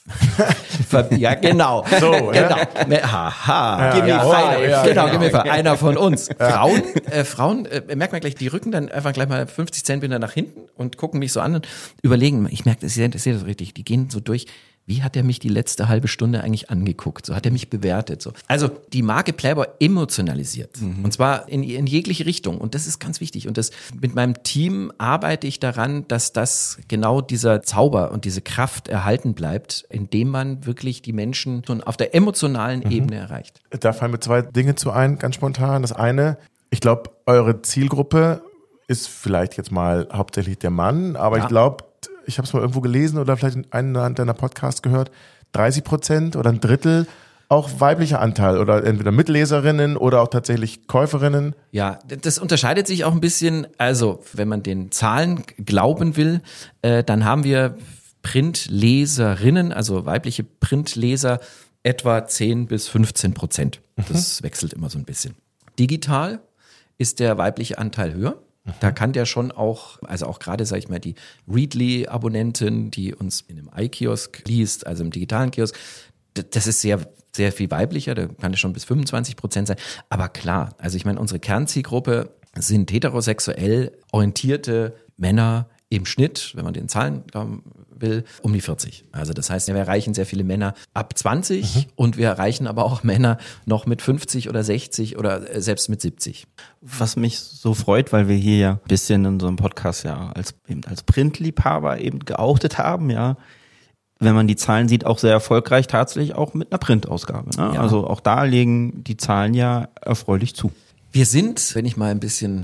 ja, genau. So, genau. Ja. Haha. Give me ja, five. oh, ja, genau, genau. give me five. Einer von uns. Ja. Frauen, äh, Frauen, äh, merkt man gleich, die rücken dann einfach gleich mal fünfzig Zentimeter nach hinten und gucken mich so an und überlegen, ich merke, ich sehe das so richtig, die gehen so durch. Wie hat er mich die letzte halbe Stunde eigentlich angeguckt? So hat er mich bewertet. So. Also die Marke Playboy emotionalisiert. Mhm. Und zwar in, in jegliche Richtung. Und das ist ganz wichtig. Und das mit meinem Team arbeite ich daran, dass das genau dieser Zauber und diese Kraft erhalten bleibt, indem man wirklich die Menschen schon auf der emotionalen mhm. Ebene erreicht. Da fallen mir zwei Dinge zu ein, ganz spontan. Das eine, ich glaube, eure Zielgruppe ist vielleicht jetzt mal hauptsächlich der Mann, aber ja. ich glaube, ich habe es mal irgendwo gelesen oder vielleicht in einem deiner Podcasts gehört, dreißig Prozent oder ein Drittel auch weiblicher Anteil oder entweder Mitleserinnen oder auch tatsächlich Käuferinnen. Ja, das unterscheidet sich auch ein bisschen. Also, wenn man den Zahlen glauben will, äh, dann haben wir Printleserinnen, also weibliche Printleser, etwa zehn bis fünfzehn Prozent. Das mhm. wechselt immer so ein bisschen. Digital ist der weibliche Anteil höher. Da kann der schon auch, also auch gerade, sag ich mal, die Readly-Abonnentin, die uns in einem iKiosk liest, also im digitalen Kiosk, das ist sehr, sehr viel weiblicher, da kann es schon bis fünfundzwanzig Prozent sein. Aber klar, also ich meine, unsere Kernzielgruppe sind heterosexuell orientierte Männer im Schnitt, wenn man den Zahlen glauben will, um die vierzig. Also das heißt, wir erreichen sehr viele Männer ab zwanzig mhm. und wir erreichen aber auch Männer noch mit fünfzig oder sechzig oder selbst mit siebzig. Was mich so freut, weil wir hier ja ein bisschen in so einem Podcast ja als, eben als Printliebhaber eben geoutet haben, ja, wenn man die Zahlen sieht, auch sehr erfolgreich tatsächlich auch mit einer Printausgabe. Ne? Ja. Also auch da legen die Zahlen ja erfreulich zu. Wir sind, wenn ich mal ein bisschen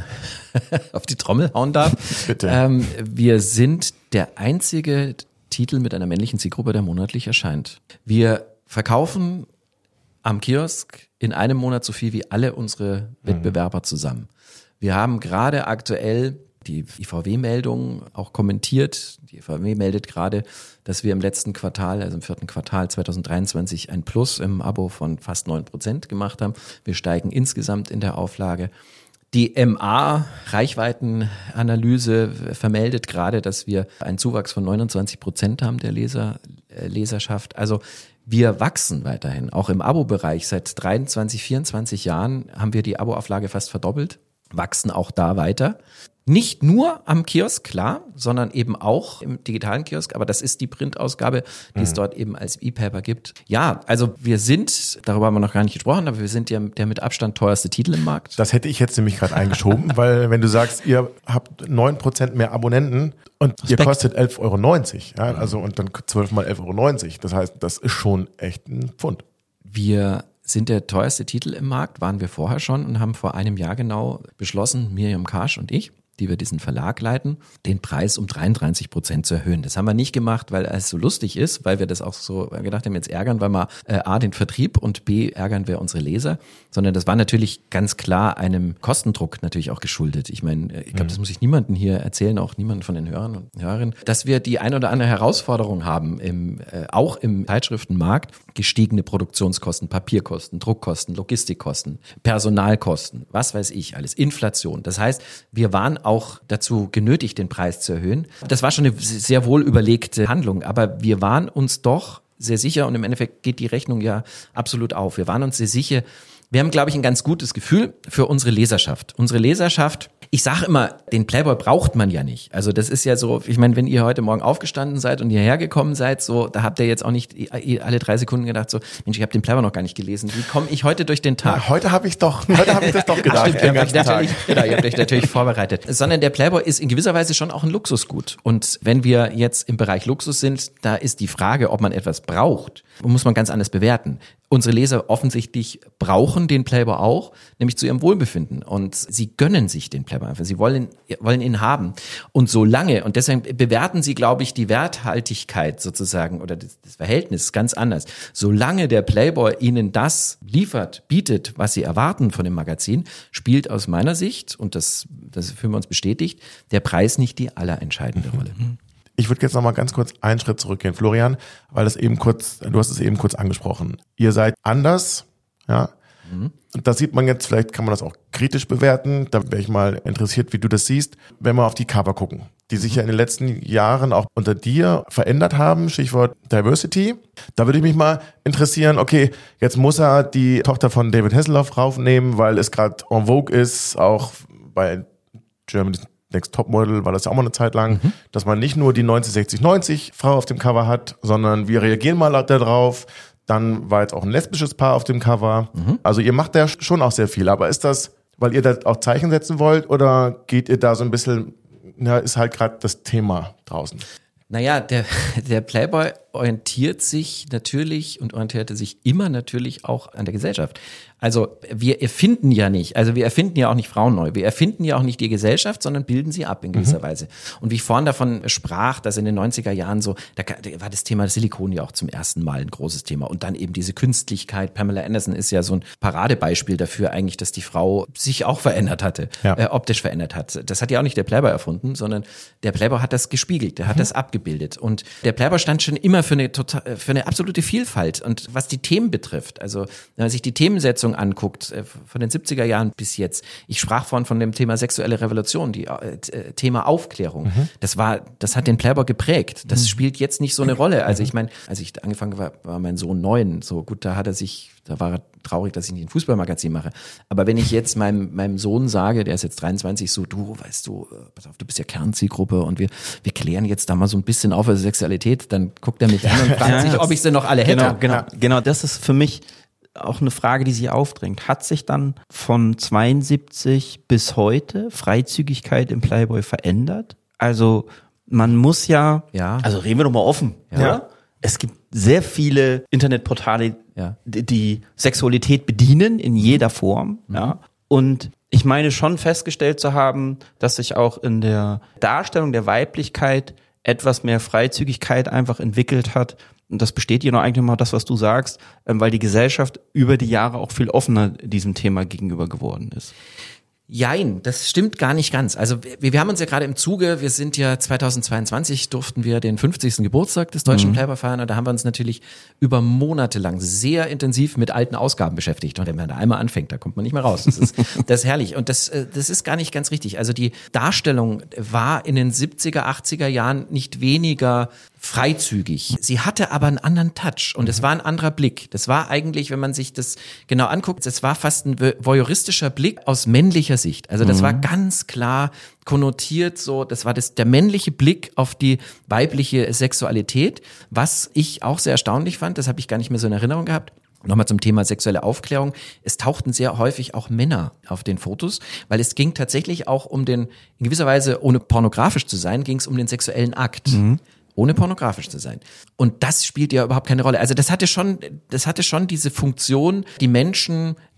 auf die Trommel hauen darf, Bitte. Ähm, wir sind der einzige Titel mit einer männlichen Zielgruppe, der monatlich erscheint. Wir verkaufen am Kiosk in einem Monat so viel wie alle unsere Wettbewerber zusammen. Wir haben gerade aktuell die I V W-Meldung auch kommentiert. Die I V W meldet gerade, dass wir im letzten Quartal, also im vierten Quartal zweitausenddreiundzwanzig, ein Plus im Abo von fast neun Prozent gemacht haben. Wir steigen insgesamt in der Auflage. Die M A-Reichweitenanalyse vermeldet gerade, dass wir einen Zuwachs von neunundzwanzig Prozent haben der Leser, äh, Leserschaft. Also wir wachsen weiterhin. Auch im Abo-Bereich seit dreiundzwanzig, vierundzwanzig Jahren haben wir die Abo-Auflage fast verdoppelt, wachsen auch da weiter. Nicht nur am Kiosk, klar, sondern eben auch im digitalen Kiosk. Aber das ist die Printausgabe, die mhm. es dort eben als E-Paper gibt. Ja, also wir sind, darüber haben wir noch gar nicht gesprochen, aber wir sind ja der mit Abstand teuerste Titel im Markt. Das hätte ich jetzt nämlich gerade eingeschoben, weil wenn du sagst, ihr habt neun Prozent mehr Abonnenten und Respekt. Ihr kostet elf Euro neunzig, ja, also und dann zwölf mal elf Euro neunzig. Das heißt, das ist schon echt ein Pfund. Wir sind der teuerste Titel im Markt, waren wir vorher schon und haben vor einem Jahr genau beschlossen, Miriam Karsch und ich, die wir diesen Verlag leiten, den Preis um dreiunddreißig Prozent zu erhöhen. Das haben wir nicht gemacht, weil es so lustig ist, weil wir das auch so gedacht haben, jetzt ärgern wir mal äh, A, den Vertrieb und B, ärgern wir unsere Leser, sondern das war natürlich ganz klar einem Kostendruck natürlich auch geschuldet. Ich meine, ich glaube, das muss ich niemandem hier erzählen, auch niemanden von den Hörern und Hörerinnen, dass wir die ein oder andere Herausforderung haben, im, äh, auch im Zeitschriftenmarkt, gestiegene Produktionskosten, Papierkosten, Druckkosten, Logistikkosten, Personalkosten, was weiß ich alles, Inflation. Das heißt, wir waren auch dazu genötigt, den Preis zu erhöhen. Das war schon eine sehr wohl überlegte Handlung, aber wir waren uns doch sehr sicher und im Endeffekt geht die Rechnung ja absolut auf. Wir waren uns sehr sicher, wir haben, glaube ich, ein ganz gutes Gefühl für unsere Leserschaft. Unsere Leserschaft, ich sage immer, den Playboy braucht man ja nicht. Also das ist ja so, ich meine, wenn ihr heute Morgen aufgestanden seid und hierher gekommen seid, so, da habt ihr jetzt auch nicht alle drei Sekunden gedacht, so, Mensch, ich habe den Playboy noch gar nicht gelesen. Wie komme ich heute durch den Tag? Na, heute habe ich doch, heute habe ich das doch gedacht. Ach, stimmt, ihr, habt natürlich, genau, ihr habt euch natürlich vorbereitet. Sondern der Playboy ist in gewisser Weise schon auch ein Luxusgut. Und wenn wir jetzt im Bereich Luxus sind, da ist die Frage, ob man etwas braucht, muss man ganz anders bewerten. Unsere Leser offensichtlich brauchen den Playboy auch, nämlich zu ihrem Wohlbefinden. Und sie gönnen sich den Playboy einfach. Sie wollen, wollen ihn haben. Und solange, und deswegen bewerten sie, glaube ich, die Werthaltigkeit sozusagen oder das, das Verhältnis ganz anders. Solange der Playboy ihnen das liefert, bietet, was sie erwarten von dem Magazin, spielt aus meiner Sicht, und das, das fühlen wir uns bestätigt, der Preis nicht die allerentscheidende Rolle. Ich würde jetzt noch mal ganz kurz einen Schritt zurückgehen, Florian, weil das eben kurz, du hast es eben kurz angesprochen. Ihr seid anders, ja. Mhm. Und das sieht man jetzt, vielleicht kann man das auch kritisch bewerten. Da wäre ich mal interessiert, wie du das siehst, wenn wir auf die Cover gucken, die sich ja in den letzten Jahren auch unter dir verändert haben. Stichwort Diversity. Da würde ich mich mal interessieren, okay, jetzt muss er die Tochter von David Hasselhoff raufnehmen, weil es gerade en vogue ist, auch bei Germany's Next Topmodel war das ja auch mal eine Zeit lang, mhm. dass man nicht nur die neunzig sechzig neunzig Frau auf dem Cover hat, sondern wir reagieren mal da drauf. Dann war jetzt auch ein lesbisches Paar auf dem Cover. Mhm. Also ihr macht da schon auch sehr viel. Aber ist das, weil ihr da auch Zeichen setzen wollt oder geht ihr da so ein bisschen, na, ist halt gerade das Thema draußen? Naja, der, der Playboy orientiert sich natürlich und orientierte sich immer natürlich auch an der Gesellschaft. Also wir erfinden ja nicht, also wir erfinden ja auch nicht Frauen neu, wir erfinden ja auch nicht die Gesellschaft, sondern bilden sie ab in gewisser mhm. Weise. Und wie ich vorhin davon sprach, dass in den neunziger Jahren so, da, da war das Thema Silikon ja auch zum ersten Mal ein großes Thema. Und dann eben diese Künstlichkeit. Pamela Anderson ist ja so ein Paradebeispiel dafür eigentlich, dass die Frau sich auch verändert hatte, ja. äh, optisch verändert hat. Das hat ja auch nicht der Playboy erfunden, sondern der Playboy hat das gespiegelt, der hat mhm. das abgebildet. Und der Playboy stand schon immer für eine total, für eine absolute Vielfalt. Und was die Themen betrifft, also wenn man sich die Themensetzung anguckt, von den siebziger Jahren bis jetzt. Ich sprach vorhin von dem Thema sexuelle Revolution, die äh, Thema Aufklärung. Mhm. Das war, das hat den Playboy geprägt. Das mhm. spielt jetzt nicht so eine Rolle. Also ich meine, als ich angefangen war, war mein Sohn neun. So gut, da hat er sich, da war er traurig, dass ich nicht ein Fußballmagazin mache. Aber wenn ich jetzt meinem, meinem Sohn sage, der ist jetzt dreiundzwanzig, so, du, weißt du, pass auf, du bist ja Kernzielgruppe und wir, wir klären jetzt da mal so ein bisschen auf über Sexualität, dann guckt er mich an und fragt ja, sich, ob ich sie noch alle hätte. Genau, genau, genau. Das ist für mich auch eine Frage, die sich aufdrängt. Hat sich dann von zweiundsiebzig bis heute Freizügigkeit im Playboy verändert? Also man muss ja, ja. also reden wir doch mal offen, ja. ja? Es gibt sehr viele Internetportale, ja. die, die Sexualität bedienen in jeder Form, mhm. ja. Und ich meine schon festgestellt zu haben, dass sich auch in der Darstellung der Weiblichkeit etwas mehr Freizügigkeit einfach entwickelt hat. Und das bestätigt noch eigentlich mal das, was du sagst, weil die Gesellschaft über die Jahre auch viel offener diesem Thema gegenüber geworden ist. Jein, das stimmt gar nicht ganz. Also wir, wir haben uns ja gerade im Zuge, wir sind ja zweitausendzweiundzwanzig, durften wir den fünfzigsten Geburtstag des Deutschen mhm. Playboy feiern und da haben wir uns natürlich über Monate lang sehr intensiv mit alten Ausgaben beschäftigt. Und wenn man da einmal anfängt, da kommt man nicht mehr raus. Das ist, das ist herrlich. Und das, das ist gar nicht ganz richtig. Also die Darstellung war in den siebziger, achtziger Jahren nicht weniger freizügig. Sie hatte aber einen anderen Touch und es war ein anderer Blick. Das war eigentlich, wenn man sich das genau anguckt, es war fast ein voyeuristischer Blick aus männlicher Sicht. Also das mhm. war ganz klar konnotiert so, das war das, der männliche Blick auf die weibliche Sexualität, was ich auch sehr erstaunlich fand, das habe ich gar nicht mehr so in Erinnerung gehabt. Nochmal zum Thema sexuelle Aufklärung. Es tauchten sehr häufig auch Männer auf den Fotos, weil es ging tatsächlich auch um den, in gewisser Weise, ohne pornografisch zu sein, ging es um den sexuellen Akt. Mhm. Ohne pornografisch zu sein. Und das spielt ja überhaupt keine Rolle. Also das hatte schon, das hatte schon diese Funktion, die Menschen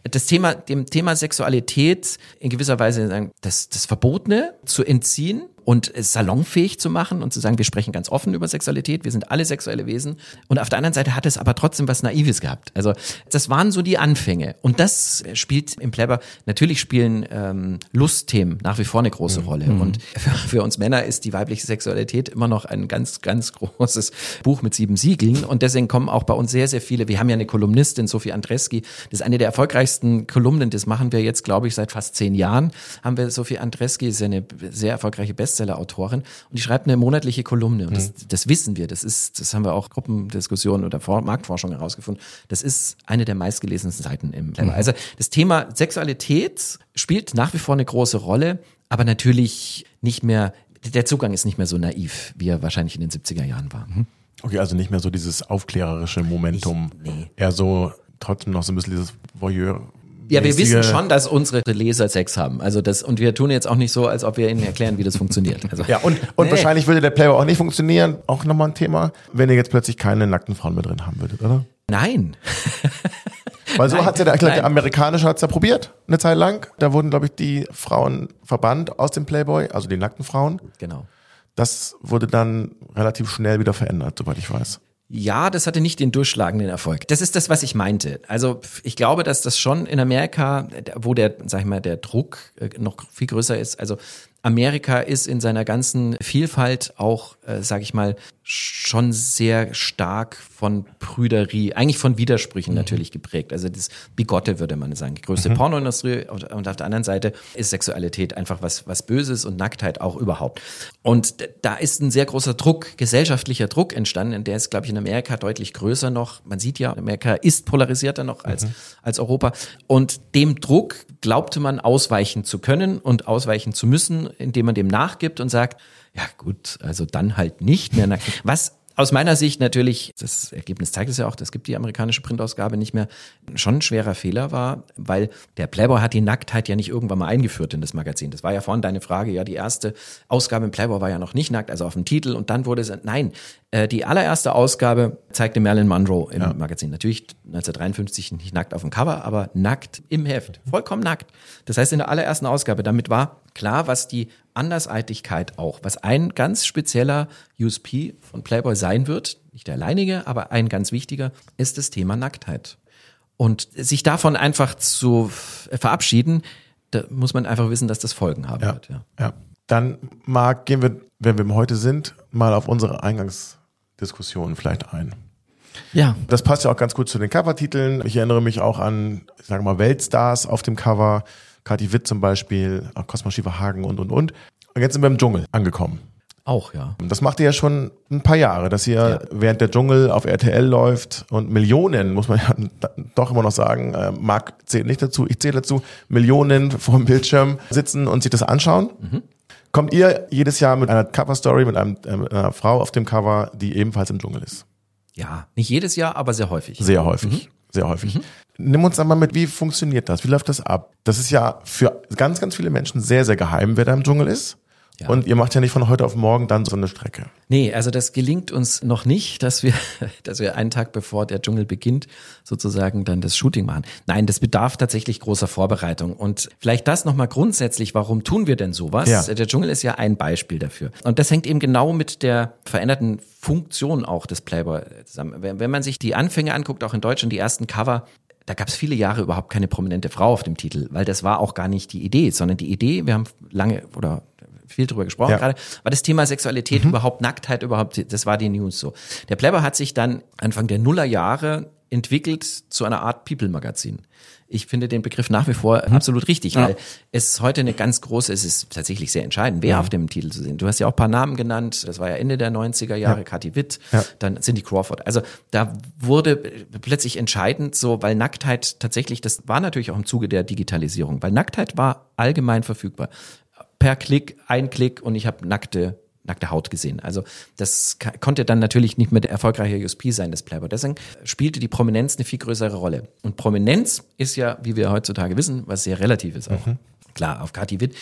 das Thema, dem Thema Sexualität in gewisser Weise sagen, das, das Verbotene zu entziehen und es salonfähig zu machen und zu sagen, wir sprechen ganz offen über Sexualität, wir sind alle sexuelle Wesen. Und auf der anderen Seite hat es aber trotzdem was Naives gehabt. Also das waren so die Anfänge. Und das spielt im Pleber, natürlich spielen ähm, Lustthemen nach wie vor eine große mhm. Rolle. Und für, für uns Männer ist die weibliche Sexualität immer noch ein ganz, ganz großes Buch mit sieben Siegeln. Und deswegen kommen auch bei uns sehr, sehr viele, wir haben ja eine Kolumnistin, Sophie Andreski, das ist eine der erfolgreichsten Kolumnen, das machen wir jetzt, glaube ich, seit fast zehn Jahren, haben wir Sophie Andreski, ist eine sehr erfolgreiche Bestseller-Autorin und die schreibt eine monatliche Kolumne und das, das wissen wir, das ist, das haben wir auch Gruppendiskussionen oder Marktforschung herausgefunden, das ist eine der meistgelesensten Seiten im Pleber. Also das Thema Sexualität spielt nach wie vor eine große Rolle, aber natürlich nicht mehr, der Zugang ist nicht mehr so naiv, wie er wahrscheinlich in den siebziger Jahren war. Okay, also nicht mehr so dieses aufklärerische Momentum, ich, nee. eher so trotzdem noch so ein bisschen dieses Voyeur. Ja, wir wissen schon, dass unsere Leser Sex haben. Also das, und wir tun jetzt auch nicht so, als ob wir ihnen erklären, wie das funktioniert. Also, ja, und, und nee. wahrscheinlich würde der Playboy auch nicht funktionieren, auch nochmal ein Thema, wenn ihr jetzt plötzlich keine nackten Frauen mehr drin haben würdet, oder? Nein. Weil so hat ja der, ich glaub, der amerikanische hat's ja probiert, eine Zeit lang. Da wurden, glaube ich, die Frauen verbannt aus dem Playboy, also die nackten Frauen. Genau. Das wurde dann relativ schnell wieder verändert, soweit ich weiß. Ja, das hatte nicht den durchschlagenden Erfolg. Das ist das, was ich meinte. Also ich glaube, dass das schon in Amerika, wo der, sag ich mal, der Druck noch viel größer ist, also Amerika ist in seiner ganzen Vielfalt auch, äh, sag ich mal, schon sehr stark von Prüderie, eigentlich von Widersprüchen mhm. natürlich geprägt. Also das Bigotte, würde man sagen. Die größte mhm. Pornoindustrie und, und auf der anderen Seite ist Sexualität einfach was, was Böses und Nacktheit auch überhaupt. Und da ist ein sehr großer Druck, gesellschaftlicher Druck entstanden. Der ist, glaube ich, in Amerika deutlich größer noch. Man sieht ja, Amerika ist polarisierter noch als, mhm. als Europa. Und dem Druck glaubte man ausweichen zu können und ausweichen zu müssen, indem man dem nachgibt und sagt, ja gut, also dann halt nicht mehr nackt. Was aus meiner Sicht natürlich, das Ergebnis zeigt es ja auch, das gibt die amerikanische Printausgabe nicht mehr, schon ein schwerer Fehler war, weil der Playboy hat die Nacktheit ja nicht irgendwann mal eingeführt in das Magazin. Das war ja vorhin deine Frage, ja, die erste Ausgabe im Playboy war ja noch nicht nackt, also auf dem Titel und dann wurde es, nein, äh, die allererste Ausgabe zeigte Marilyn Monroe im ja. Magazin. Natürlich neunzehnhundertdreiundfünfzig nicht nackt auf dem Cover, aber nackt im Heft, vollkommen nackt. Das heißt in der allerersten Ausgabe, damit war klar, was die Andersartigkeit auch, was ein ganz spezieller U S P von Playboy sein wird, nicht der alleinige, aber ein ganz wichtiger, ist das Thema Nacktheit. Und sich davon einfach zu verabschieden, da muss man einfach wissen, dass das Folgen haben ja, wird. Ja. ja. Dann, Marc, gehen wir, wenn wir heute sind, mal auf unsere Eingangsdiskussion vielleicht ein. Ja. Das passt ja auch ganz gut zu den Covertiteln. Ich erinnere mich auch an, ich sage mal, Weltstars auf dem Cover. Kathi Witt zum Beispiel, Cosmo Schieferhagen und, und, und. Und jetzt sind wir im Dschungel angekommen. Auch, ja. Das macht ihr ja schon ein paar Jahre, dass ihr ja. während der Dschungel auf R T L läuft und Millionen, muss man ja doch immer noch sagen, äh, Marc zählt nicht dazu, ich zähle dazu, Millionen vor dem Bildschirm sitzen und sich das anschauen. Mhm. Kommt ihr jedes Jahr mit einer Cover-Story, mit, einem, äh, mit einer Frau auf dem Cover, die ebenfalls im Dschungel ist? Ja, nicht jedes Jahr, aber sehr häufig. Sehr häufig. Mhm. Sehr häufig. Mhm. Nimm uns einmal mit, wie funktioniert das? Wie läuft das ab? Das ist ja für ganz, ganz viele Menschen sehr, sehr geheim, wer da im Dschungel ist. Ja. Und ihr macht ja nicht von heute auf morgen dann so eine Strecke. Nee, also das gelingt uns noch nicht, dass wir, dass wir einen Tag bevor der Dschungel beginnt, sozusagen dann das Shooting machen. Nein, das bedarf tatsächlich großer Vorbereitung. Und vielleicht das nochmal grundsätzlich, warum tun wir denn sowas? Ja. Der Dschungel ist ja ein Beispiel dafür. Und das hängt eben genau mit der veränderten Funktion auch des Playboy zusammen. Wenn man sich die Anfänge anguckt, auch in Deutschland, die ersten Cover, da gab es viele Jahre überhaupt keine prominente Frau auf dem Titel, weil das war auch gar nicht die Idee, sondern die Idee, wir haben lange oder viel drüber gesprochen ja. gerade, war das Thema Sexualität mhm. überhaupt, Nacktheit überhaupt, das war die News so. Der Playboy hat sich dann Anfang der Nullerjahre entwickelt zu einer Art People-Magazin. Ich finde den Begriff nach wie vor mhm. absolut richtig, ja. weil es heute eine ganz große, es ist tatsächlich sehr entscheidend, wer ja. auf dem Titel zu sehen. Du hast ja auch ein paar Namen genannt, das war ja Ende der neunziger Jahre, ja. Kathi Witt, ja. dann Cindy Crawford. Also da wurde plötzlich entscheidend so, weil Nacktheit tatsächlich, das war natürlich auch im Zuge der Digitalisierung, weil Nacktheit war allgemein verfügbar. Per Klick, ein Klick und ich habe nackte nackte Haut gesehen. Also das konnte dann natürlich nicht mehr der erfolgreiche U S P sein des Playboy. Deswegen spielte die Prominenz eine viel größere Rolle. Und Prominenz ist ja, wie wir heutzutage wissen, was sehr relativ ist auch. Mhm. Klar, auf Kathi Witt.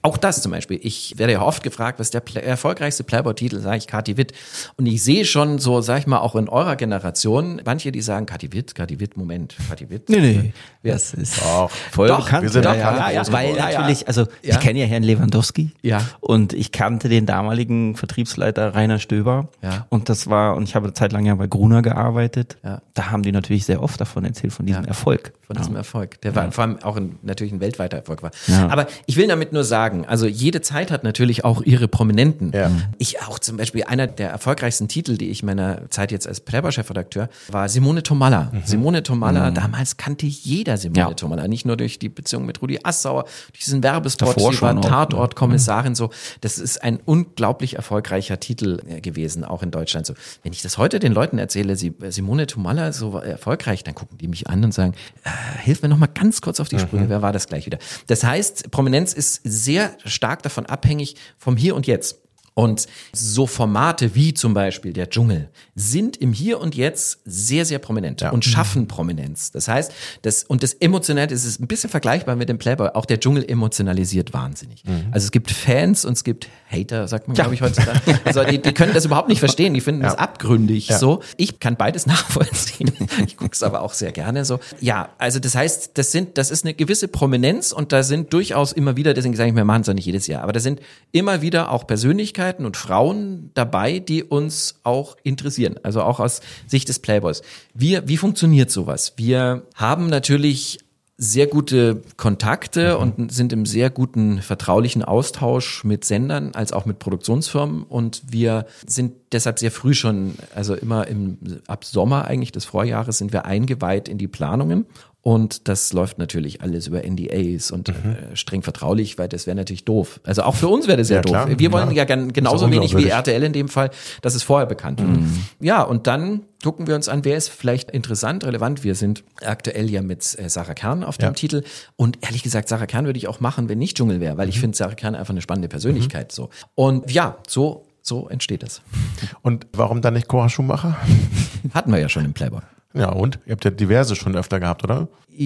Auch das zum Beispiel. Ich werde ja oft gefragt, was der Play- erfolgreichste Playboy-Titel, sage ich Kathi Witt. Und ich sehe schon so, sag ich mal, auch in eurer Generation, manche, die sagen, Kathi Witt, Kathi Witt, Moment, Kathi Witt. Nee, nee. Ja. Das ist Auch. voll Doch, bekannt. wir sind ja, auch ja, alle ja, groß ja, weil geworden. natürlich, also Ja. ich kenne ja Herrn Lewandowski Ja. und ich kannte den damaligen Vertriebsleiter Rainer Stöber Ja. und das war, und ich habe eine Zeit lang ja bei Gruner gearbeitet, Ja. da haben die natürlich sehr oft davon erzählt, von diesem Ja. Erfolg. Von diesem Erfolg, der war vor allem auch ein, natürlich ein weltweiter Erfolg war. Ja. Aber ich will damit nur sagen, also jede Zeit hat natürlich auch ihre Prominenten. Ja. Ich auch zum Beispiel, einer der erfolgreichsten Titel, die ich meiner Zeit jetzt als Playboy-Chefredakteur, war Simone Tomalla. Mhm. Simone Tomalla, mhm. damals kannte jeder Simone Ja. Tomalla, nicht nur durch die Beziehung mit Rudi Assauer, durch diesen Werbespot, Davor sie war schon auch, Tatort-Kommissarin, so. Das ist ein unglaublich erfolgreicher Titel gewesen, auch in Deutschland. So, wenn ich das heute den Leuten erzähle, sie, Simone Tomalla so erfolgreich, dann gucken die mich an und sagen, äh, hilf mir noch mal ganz kurz auf die Sprünge, mhm. wer war das gleich wieder? Das heißt, Prominenz ist sehr stark davon abhängig vom Hier und Jetzt. Und so Formate wie zum Beispiel der Dschungel sind im Hier und Jetzt sehr, sehr prominent Ja. und schaffen Prominenz. Das heißt, das, und das Emotionelle ist ein bisschen vergleichbar mit dem Playboy. Auch der Dschungel emotionalisiert wahnsinnig. Mhm. Also es gibt Fans und es gibt Hater, sagt man, glaube ich, heutzutage. Also die, die können das überhaupt nicht verstehen. Die finden Ja. das abgründig Ja. so. Ich kann beides nachvollziehen. Ich gucke es aber auch sehr gerne so. Ja, also das heißt, das sind, das ist eine gewisse Prominenz und da sind durchaus immer wieder, deswegen sage ich, wir machen es auch nicht jedes Jahr, aber da sind immer wieder auch Persönlichkeiten und Frauen dabei, die uns auch interessieren. Also auch aus Sicht des Playboys. Wir, wie funktioniert sowas? Wir haben natürlich sehr gute Kontakte mhm. und sind im sehr guten vertraulichen Austausch mit Sendern als auch mit Produktionsfirmen und wir sind deshalb sehr früh schon, also immer im, ab Sommer eigentlich des Vorjahres sind wir eingeweiht in die Planungen. Und das läuft natürlich alles über N D As und mhm. äh, streng vertraulich, weil das wäre natürlich doof. Also auch für uns wäre das sehr Ja, doof. klar. Wir wollen Ja. ja gern, genauso Ist wenig wie unglaubwürdig. R T L in dem Fall, dass es vorher bekannt wird. Mhm. Ja, und dann gucken wir uns an, wer ist vielleicht interessant, relevant. Wir sind aktuell ja mit äh, Sarah Kern auf dem Ja. Titel. Und ehrlich gesagt, Sarah Kern würde ich auch machen, wenn nicht Dschungel wäre, weil ich finde Sarah Kern einfach eine spannende Persönlichkeit. So. Und ja, so, so entsteht es. Und warum dann nicht Cora Schumacher? Hatten wir ja schon im Playboy. Ja, und? Ihr habt ja diverse schon öfter gehabt, oder?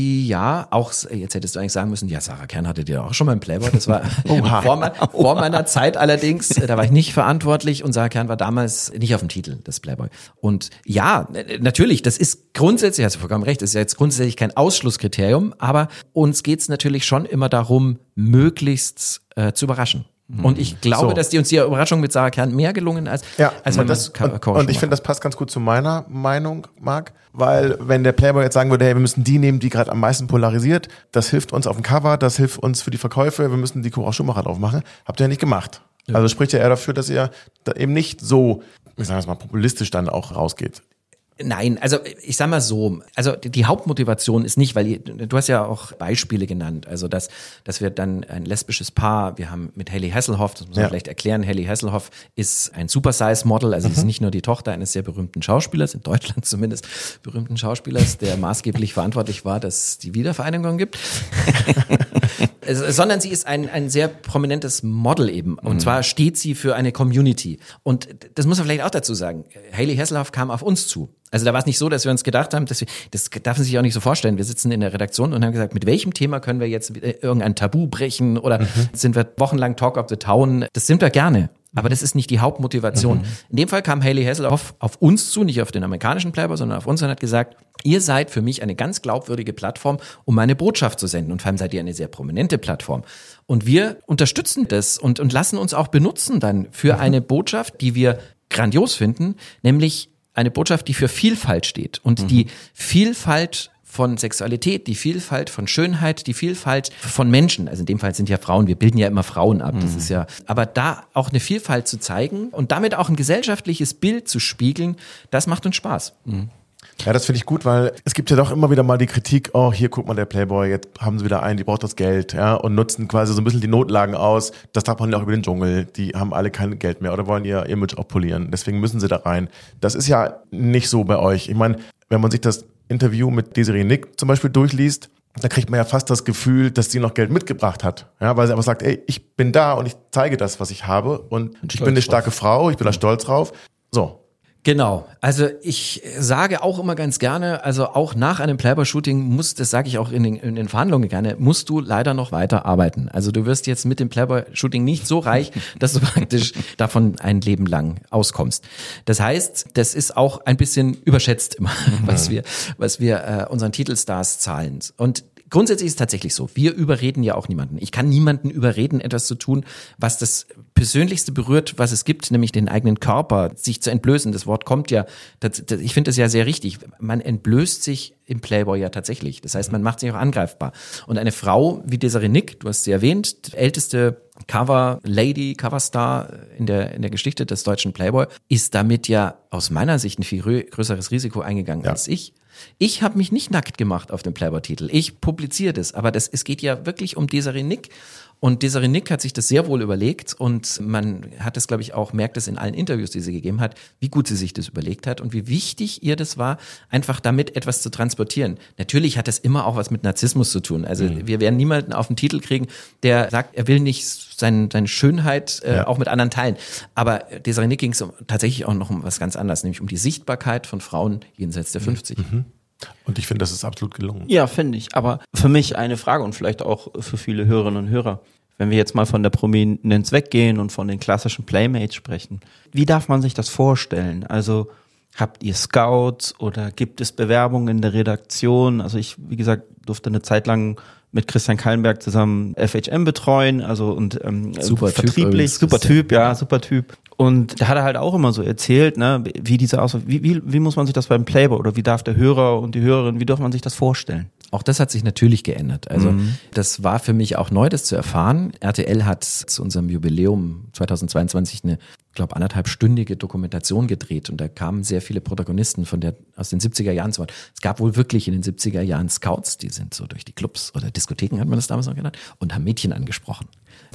Ja, auch, jetzt hättest du eigentlich sagen müssen, ja, Sarah Kern hatte dir auch schon mal im Playboy, das war Oha. vor, mein, vor meiner Zeit allerdings, da war ich nicht verantwortlich und Sarah Kern war damals nicht auf dem Titel des Playboy. Und ja, natürlich, das ist grundsätzlich, hast du vollkommen recht, das ist ja jetzt grundsätzlich kein Ausschlusskriterium, aber uns geht's natürlich schon immer darum, möglichst äh, zu überraschen. Und ich glaube, So. dass die uns die Überraschung mit Sarah Kern mehr gelungen als, Ja, als und, wenn das, man und, und ich finde, das passt ganz gut zu meiner Meinung, Marc, weil wenn der Playboy jetzt sagen würde, hey, wir müssen die nehmen, die gerade am meisten polarisiert, das hilft uns auf dem Cover, das hilft uns für die Verkäufe, wir müssen die Cora Schumacher drauf machen, habt ihr ja nicht gemacht. Ja. Also spricht ja eher dafür, dass ihr da eben nicht so, ich sage jetzt mal, populistisch dann auch rausgeht. Nein, also ich sag mal so, also die Hauptmotivation ist nicht, weil ihr, du hast ja auch Beispiele genannt, also dass, dass wir dann ein lesbisches Paar, wir haben mit Hayley Hasselhoff, das muss man Ja. vielleicht erklären, Hayley Hasselhoff ist ein Super-Size-Model, also sie ist nicht nur die Tochter eines sehr berühmten Schauspielers, in Deutschland zumindest berühmten Schauspielers, der maßgeblich verantwortlich war, dass es die Wiedervereinigung gibt. Sondern sie ist ein, ein sehr prominentes Model eben. Und mhm. zwar steht sie für eine Community. Und das muss man vielleicht auch dazu sagen. Hayley Hasselhoff kam auf uns zu. Also da war es nicht so, dass wir uns gedacht haben, dass wir, das darf man sich auch nicht so vorstellen. Wir sitzen in der Redaktion und haben gesagt, mit welchem Thema können wir jetzt irgendein Tabu brechen oder mhm. sind wir wochenlang Talk of the Town. Das sind wir gerne. Aber das ist nicht die Hauptmotivation. Mhm. In dem Fall kam Hayley Hasselhoff auf uns zu, nicht auf den amerikanischen Playboy, sondern auf uns und hat gesagt, ihr seid für mich eine ganz glaubwürdige Plattform, um meine Botschaft zu senden. Und vor allem seid ihr eine sehr prominente Plattform. Und wir unterstützen das und, und lassen uns auch benutzen dann für mhm. eine Botschaft, die wir grandios finden, nämlich eine Botschaft, die für Vielfalt steht und mhm. die Vielfalt von Sexualität, die Vielfalt von Schönheit, die Vielfalt von Menschen. Also in dem Fall sind ja Frauen, wir bilden ja immer Frauen ab, das ist ja, aber da auch eine Vielfalt zu zeigen und damit auch ein gesellschaftliches Bild zu spiegeln, das macht uns Spaß. Mhm. Ja, das finde ich gut, weil es gibt ja doch immer wieder mal die Kritik, oh, hier guck mal der Playboy, jetzt haben sie wieder einen, die braucht das Geld, ja, und nutzen quasi so ein bisschen die Notlagen aus. Das darf man ja auch über den Dschungel, die haben alle kein Geld mehr oder wollen ihr Image auch polieren, deswegen müssen sie da rein. Das ist ja nicht so bei euch. Ich meine, wenn man sich das Interview mit Desiree Nick zum Beispiel durchliest, da kriegt man ja fast das Gefühl, dass sie noch Geld mitgebracht hat. Ja, weil sie einfach sagt, ey, ich bin da und ich zeige das, was ich habe und ich bin eine starke Frau, ich bin da stolz drauf. So. Genau, also ich sage auch immer ganz gerne, also auch nach einem Playboy-Shooting muss, das sage ich auch in den, in den Verhandlungen gerne, musst du leider noch weiter arbeiten. Also du wirst jetzt mit dem Playboy-Shooting nicht so reich, dass du praktisch davon ein Leben lang auskommst. Das heißt, das ist auch ein bisschen überschätzt immer, was wir, was wir äh, unseren Titelstars zahlen. Und grundsätzlich ist es tatsächlich so, wir überreden ja auch niemanden. Ich kann niemanden überreden, etwas zu tun, was das Persönlichste berührt, was es gibt, nämlich den eigenen Körper, sich zu entblößen. Das Wort kommt ja, das, das, ich finde das ja sehr richtig. Man entblößt sich im Playboy ja tatsächlich. Das heißt, man macht sich auch angreifbar. Und eine Frau wie Desiree Nick, du hast sie erwähnt, älteste Cover-Lady, Coverstar in der, in der Geschichte des deutschen Playboy, ist damit ja aus meiner Sicht ein viel größeres Risiko eingegangen ja. als ich. Ich habe mich nicht nackt gemacht auf dem Playboy-Titel. Ich publiziere das, aber das, es geht ja wirklich um Desiree Nick. Und Desiree Nick hat sich das sehr wohl überlegt und man hat es, glaube ich, auch, merkt es in allen Interviews, die sie gegeben hat, wie gut sie sich das überlegt hat und wie wichtig ihr das war, einfach damit etwas zu transportieren. Natürlich hat das immer auch was mit Narzissmus zu tun. Also mhm. wir werden niemanden auf den Titel kriegen, der sagt, er will nicht sein, seine Schönheit äh, ja. auch mit anderen teilen. Aber Desiree Nick ging es um, tatsächlich auch noch um was ganz anderes, nämlich um die Sichtbarkeit von Frauen jenseits der fünfzig. Mhm. Und ich finde, das ist absolut gelungen. Ja, finde ich. Aber für mich eine Frage und vielleicht auch für viele Hörerinnen und Hörer. Wenn wir jetzt mal von der Prominenz weggehen und von den klassischen Playmates sprechen, wie darf man sich das vorstellen? Also habt ihr Scouts oder gibt es Bewerbungen in der Redaktion? Also ich, wie gesagt, durfte eine Zeit lang mit Christian Kallenberg zusammen F H M betreuen, also und ähm, super vertrieblich, typ super Typ, ja, super Typ. Und da hat er halt auch immer so erzählt, ne, wie diese aus, wie, wie, wie muss man sich das beim Playboy oder wie darf der Hörer und die Hörerin, wie darf man sich das vorstellen? Auch das hat sich natürlich geändert. Also mhm. das war für mich auch neu, das zu erfahren. R T L hat zu unserem Jubiläum zweitausendzweiundzwanzig eine, ich glaube, anderthalbstündige Dokumentation gedreht und da kamen sehr viele Protagonisten von der aus den siebziger Jahren zu Wort. Es gab wohl wirklich in den siebziger Jahren Scouts, die sind so durch die Clubs oder Diskotheken, hat man das damals noch genannt, und haben Mädchen angesprochen.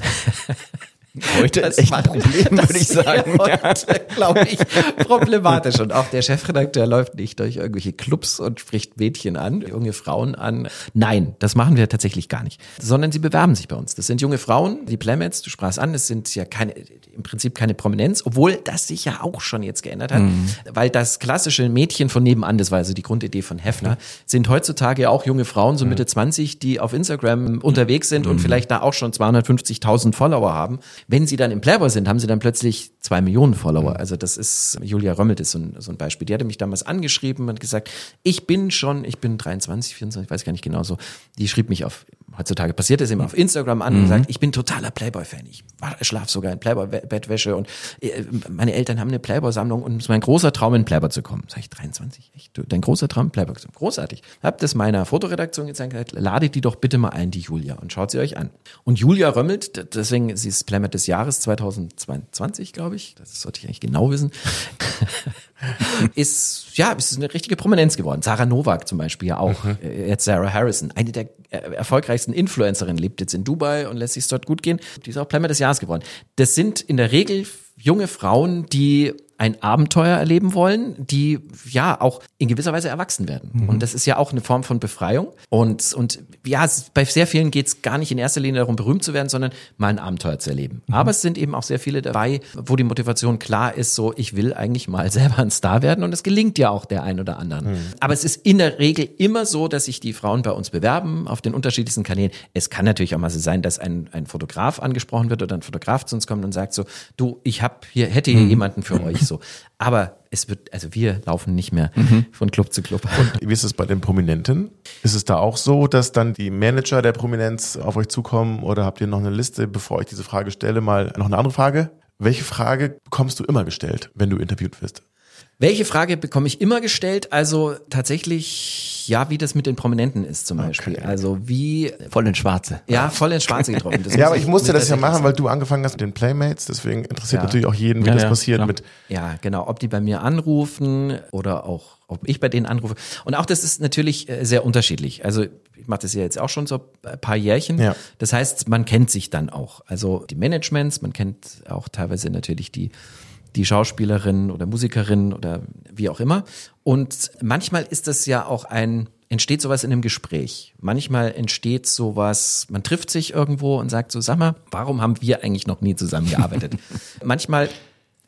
Heute ist echt ein Problem, würde ich sagen. Heute, glaube ich, problematisch. Und auch der Chefredakteur läuft nicht durch irgendwelche Clubs und spricht Mädchen an, junge Frauen an. Nein, das machen wir tatsächlich gar nicht. Sondern sie bewerben sich bei uns. Das sind junge Frauen, die Playmates, du sprachst an, es sind ja keine, im Prinzip keine Prominenz, obwohl das sich ja auch schon jetzt geändert hat. Mhm. Weil das klassische Mädchen von nebenan, das war also die Grundidee von Heffner, sind heutzutage auch junge Frauen, so Mitte zwanzig, die auf Instagram unterwegs sind mhm. und vielleicht da auch schon zweihundertfünfzigtausend Follower haben. Wenn sie dann im Playboy sind, haben sie dann plötzlich zwei Millionen Follower. Also das ist, Julia Römmelt ist so ein, so ein Beispiel. Die hatte mich damals angeschrieben und gesagt, ich bin schon, ich bin dreiundzwanzig, vierundzwanzig, ich weiß gar nicht genau so. Die schrieb mich auf, heutzutage passiert es eben auf Instagram an mhm. und sagt, ich bin totaler Playboy-Fan. Ich schlafe sogar in Playboy-Bettwäsche und meine Eltern haben eine Playboy-Sammlung und es ist mein großer Traum, in Playboy zu kommen. Sag ich, dreiundzwanzig? Echt? Dein großer Traum, Playboy zu kommen? Großartig. Hab das meiner Fotoredaktion gezeigt, ladet die doch bitte mal ein, die Julia, und schaut sie euch an. Und Julia Römmelt, deswegen, sie ist Playmate des Jahres zweitausendzweiundzwanzig, glaube ich, das sollte ich eigentlich genau wissen, ist, ja, ist eine richtige Prominenz geworden. Sarah Novak zum Beispiel ja auch, mhm. jetzt Sarah Harrison, eine der erfolgreichsten Influencerinnen, lebt jetzt in Dubai und lässt sich dort gut gehen. Die ist auch Playmate des Jahres geworden. Das sind in der Regel junge Frauen, die ein Abenteuer erleben wollen, die ja auch in gewisser Weise erwachsen werden. Mhm. Und das ist ja auch eine Form von Befreiung. Und, und ja, es, bei sehr vielen geht es gar nicht in erster Linie darum, berühmt zu werden, sondern mal ein Abenteuer zu erleben. Mhm. Aber es sind eben auch sehr viele dabei, wo die Motivation klar ist, so, ich will eigentlich mal selber ein Star werden. Und es gelingt ja auch der ein oder anderen. Mhm. Aber es ist in der Regel immer so, dass sich die Frauen bei uns bewerben auf den unterschiedlichsten Kanälen. Es kann natürlich auch mal so sein, dass ein, ein Fotograf angesprochen wird oder ein Fotograf zu uns kommt und sagt so, du, ich hab hier, hätte hier mhm. jemanden für euch. So. Aber es wird, also wir laufen nicht mehr mhm. von Club zu Club. Und wie ist es bei den Prominenten? Ist es da auch so, dass dann die Manager der Prominenz auf euch zukommen oder habt ihr noch eine Liste, bevor ich diese Frage stelle, mal noch eine andere Frage? Welche Frage bekommst du immer gestellt, wenn du interviewt wirst? Welche Frage bekomme ich immer gestellt? Also tatsächlich, ja, wie das mit den Prominenten ist zum Beispiel. Okay. Also wie... Voll ins Schwarze. Ja, voll ins Schwarze getroffen. Ja, aber ich musste das ja machen, weil du angefangen hast mit den Playmates. Deswegen interessiert ja. natürlich auch jeden, wie ja, das ja, passiert. Klar. mit. Ja, genau. Ob die bei mir anrufen oder auch, ob ich bei denen anrufe. Und auch das ist natürlich sehr unterschiedlich. Also ich mache das ja jetzt auch schon so ein paar Jährchen. Ja. Das heißt, man kennt sich dann auch. Also die Managements, man kennt auch teilweise natürlich die die Schauspielerin oder Musikerin oder wie auch immer. Und manchmal ist das ja auch ein, entsteht sowas in einem Gespräch. Manchmal entsteht sowas, man trifft sich irgendwo und sagt so, sag mal, warum haben wir eigentlich noch nie zusammengearbeitet? Manchmal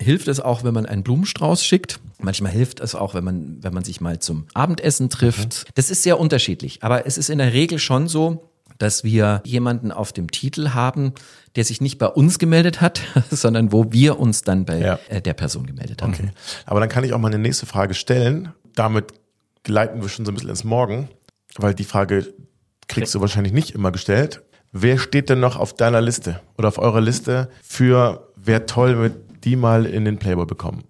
hilft es auch, wenn man einen Blumenstrauß schickt. Manchmal hilft es auch, wenn man, wenn man sich mal zum Abendessen trifft. Das ist sehr unterschiedlich, aber es ist in der Regel schon so, dass wir jemanden auf dem Titel haben, der sich nicht bei uns gemeldet hat, sondern wo wir uns dann bei Ja. äh, der Person gemeldet haben. Okay. Aber dann kann ich auch mal eine nächste Frage stellen. Damit gleiten wir schon so ein bisschen ins Morgen, weil die Frage kriegst du wahrscheinlich nicht immer gestellt. Wer steht denn noch auf deiner Liste oder auf eurer Liste für wer toll wird die mal in den Playboy bekommen?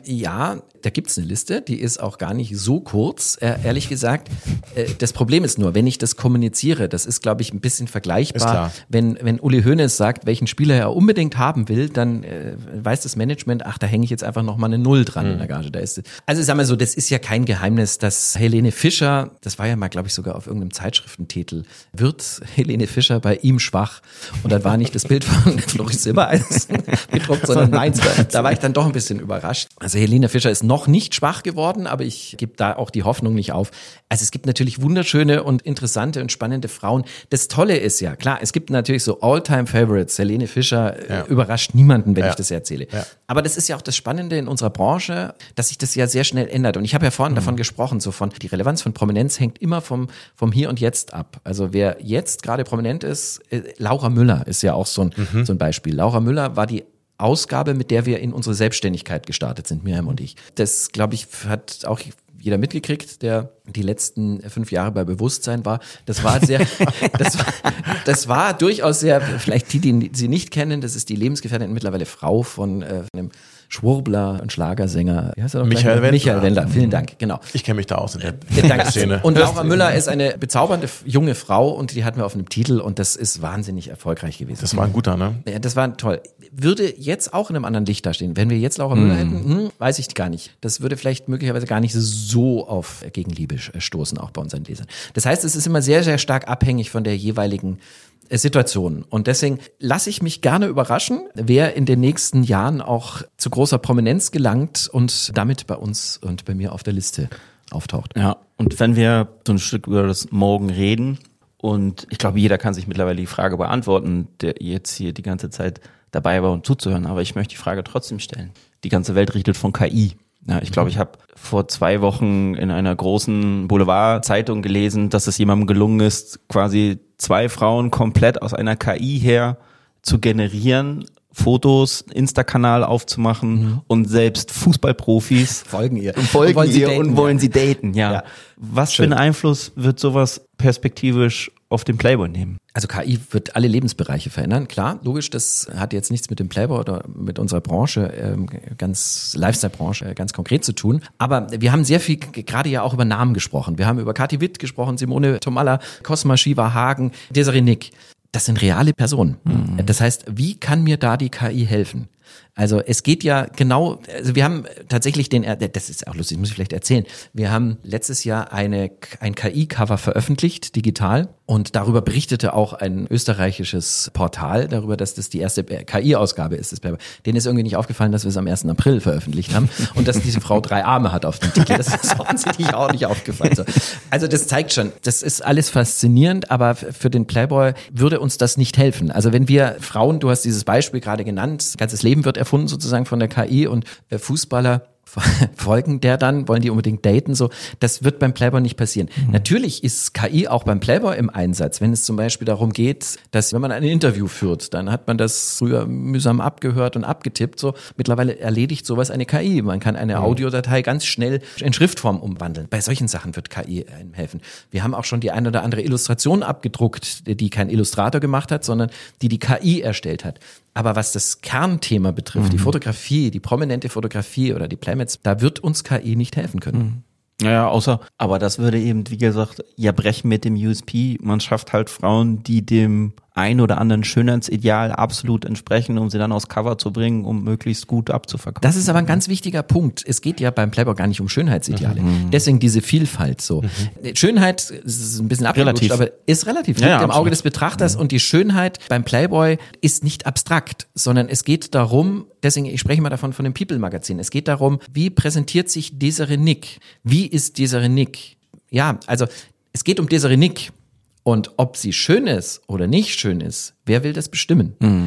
Ja, da gibt's eine Liste, die ist auch gar nicht so kurz, äh, ehrlich gesagt. Äh, das Problem ist nur, wenn ich das kommuniziere, das ist, glaube ich, ein bisschen Ist vergleichbar. klar. Wenn, wenn Uli Hoeneß sagt, welchen Spieler er unbedingt haben will, dann äh, weiß das Management, ach, da hänge ich jetzt einfach nochmal eine Null dran Mhm. in der Gage. Da ist, also sagen wir so, das ist ja kein Geheimnis, dass Helene Fischer, das war ja mal, glaube ich, sogar auf irgendeinem Zeitschriftentitel, wird Helene Fischer bei ihm schwach? Und dann war nicht das Bild von Floris Silbereisen gedruckt, sondern nein, da, da war ich dann doch ein bisschen überrascht. Also Helene Fischer ist noch nicht schwach geworden, aber ich gebe da auch die Hoffnung nicht auf. Also es gibt natürlich wunderschöne und interessante und spannende Frauen. Das Tolle ist ja, klar, es gibt natürlich so All-Time-Favorites. Helene Fischer Ja. äh, überrascht niemanden, wenn Ja. ich das erzähle. Ja. Aber das ist ja auch das Spannende in unserer Branche, dass sich das ja sehr schnell ändert. Und ich habe ja vorhin davon gesprochen, so von die Relevanz von Prominenz hängt immer vom, vom Hier und Jetzt ab. Also wer jetzt gerade prominent ist, äh, Laura Müller ist ja auch so ein, so ein Beispiel. Laura Müller war die Ausgabe, mit der wir in unsere Selbstständigkeit gestartet sind, Miriam und ich. Das, glaube ich, hat auch jeder mitgekriegt, der die letzten fünf Jahre bei Bewusstsein war. Das war sehr, das war, das war durchaus sehr, vielleicht die, die sie nicht kennen, das ist die Lebensgefährtin und mittlerweile Frau von äh, einem Schwurbler und Schlagersänger. Wie heißt er doch Michael gleich? Wendler. Michael Wendler, vielen Dank, genau. Ich kenne mich da aus in der Ja, danke. Szene. Und Laura Müller ist eine bezaubernde junge Frau und die hatten wir auf einem Titel und das ist wahnsinnig erfolgreich gewesen. Das war ein guter, ne? Ja, das war toll. Würde jetzt auch in einem anderen Licht dastehen. Wenn wir jetzt Laura Müller hätten, hm, weiß ich gar nicht. Das würde vielleicht möglicherweise gar nicht so auf Gegenliebe stoßen, auch bei unseren Lesern. Das heißt, es ist immer sehr, sehr stark abhängig von der jeweiligen äh, Situation. Und deswegen lasse ich mich gerne überraschen, wer in den nächsten Jahren auch zu großer Prominenz gelangt und damit bei uns und bei mir auf der Liste auftaucht. Ja, und wenn wir so ein Stück über das Morgen reden, und ich glaube, jeder kann sich mittlerweile die Frage beantworten, der jetzt hier die ganze Zeit dabei war und zuzuhören, aber ich möchte die Frage trotzdem stellen. Die ganze Welt redet von K I. Ja, ich glaube, ich habe vor zwei Wochen in einer großen Boulevard-Zeitung gelesen, dass es jemandem gelungen ist, quasi zwei Frauen komplett aus einer K I her zu generieren, Fotos, Insta-Kanal aufzumachen mhm. und selbst Fußballprofis folgen ihr, folgen und wollen sie ihr daten, und wollen ja. sie daten. Ja. Ja. Was Schön. für einen Einfluss wird sowas perspektivisch auf den Playboy nehmen? Also K I wird alle Lebensbereiche verändern. Klar, logisch, das hat jetzt nichts mit dem Playboy oder mit unserer Branche, ähm, ganz Lifestyle-Branche äh, ganz konkret zu tun. Aber wir haben sehr viel g- gerade ja auch über Namen gesprochen. Wir haben über Kathi Witt gesprochen, Simone Tomalla, Cosma Shiva Hagen, Desiree Nick. Das sind reale Personen. Mhm. Das heißt, wie kann mir da die K I helfen? Also es geht ja genau, also wir haben tatsächlich den, das ist auch lustig, muss ich vielleicht erzählen, wir haben letztes Jahr eine ein K I-Cover veröffentlicht, digital, und darüber berichtete auch ein österreichisches Portal darüber, dass das die erste K I-Ausgabe ist. Das denen ist irgendwie nicht aufgefallen, dass wir es am ersten April veröffentlicht haben und dass diese Frau drei Arme hat auf dem Titel. Das ist offensichtlich auch nicht aufgefallen. Also das zeigt schon, das ist alles faszinierend, aber für den Playboy würde uns das nicht helfen. Also wenn wir Frauen, du hast dieses Beispiel gerade genannt, ganzes Leben wird erfunden sozusagen von der K I und Fußballer folgen der dann, wollen die unbedingt daten, so. Das wird beim Playboy nicht passieren. Mhm. Natürlich ist K I auch beim Playboy im Einsatz, wenn es zum Beispiel darum geht, dass wenn man ein Interview führt, dann hat man das früher mühsam abgehört und abgetippt, so. Mittlerweile erledigt sowas eine K I. Man kann eine mhm. Audiodatei ganz schnell in Schriftform umwandeln. Bei solchen Sachen wird K I einem helfen. Wir haben auch schon die ein oder andere Illustration abgedruckt, die kein Illustrator gemacht hat, sondern die die K I erstellt hat. Aber was das Kernthema betrifft, mhm. die Fotografie, die prominente Fotografie oder die Playmates, da wird uns K I nicht helfen können. Mhm. Naja, außer, aber das würde eben, wie gesagt, ja brechen mit dem U S P. Man schafft halt Frauen, die dem ein oder anderen Schönheitsideal absolut entsprechen, um sie dann aufs Cover zu bringen, um möglichst gut abzuverkaufen. Das ist aber ein ganz wichtiger Punkt. Es geht ja beim Playboy gar nicht um Schönheitsideale. Mhm. Deswegen diese Vielfalt so. Mhm. Schönheit ist ein bisschen abgerutscht, aber ist relativ, liegt ja, ja, im Auge des Betrachters. Mhm. Und die Schönheit beim Playboy ist nicht abstrakt, sondern es geht darum, deswegen, ich spreche mal davon von dem People-Magazin, es geht darum, wie präsentiert sich Desiree Nick? Wie ist Desiree Nick? Ja, also es geht um Desiree Nick. Und ob sie schön ist oder nicht schön ist, wer will das bestimmen? Mhm.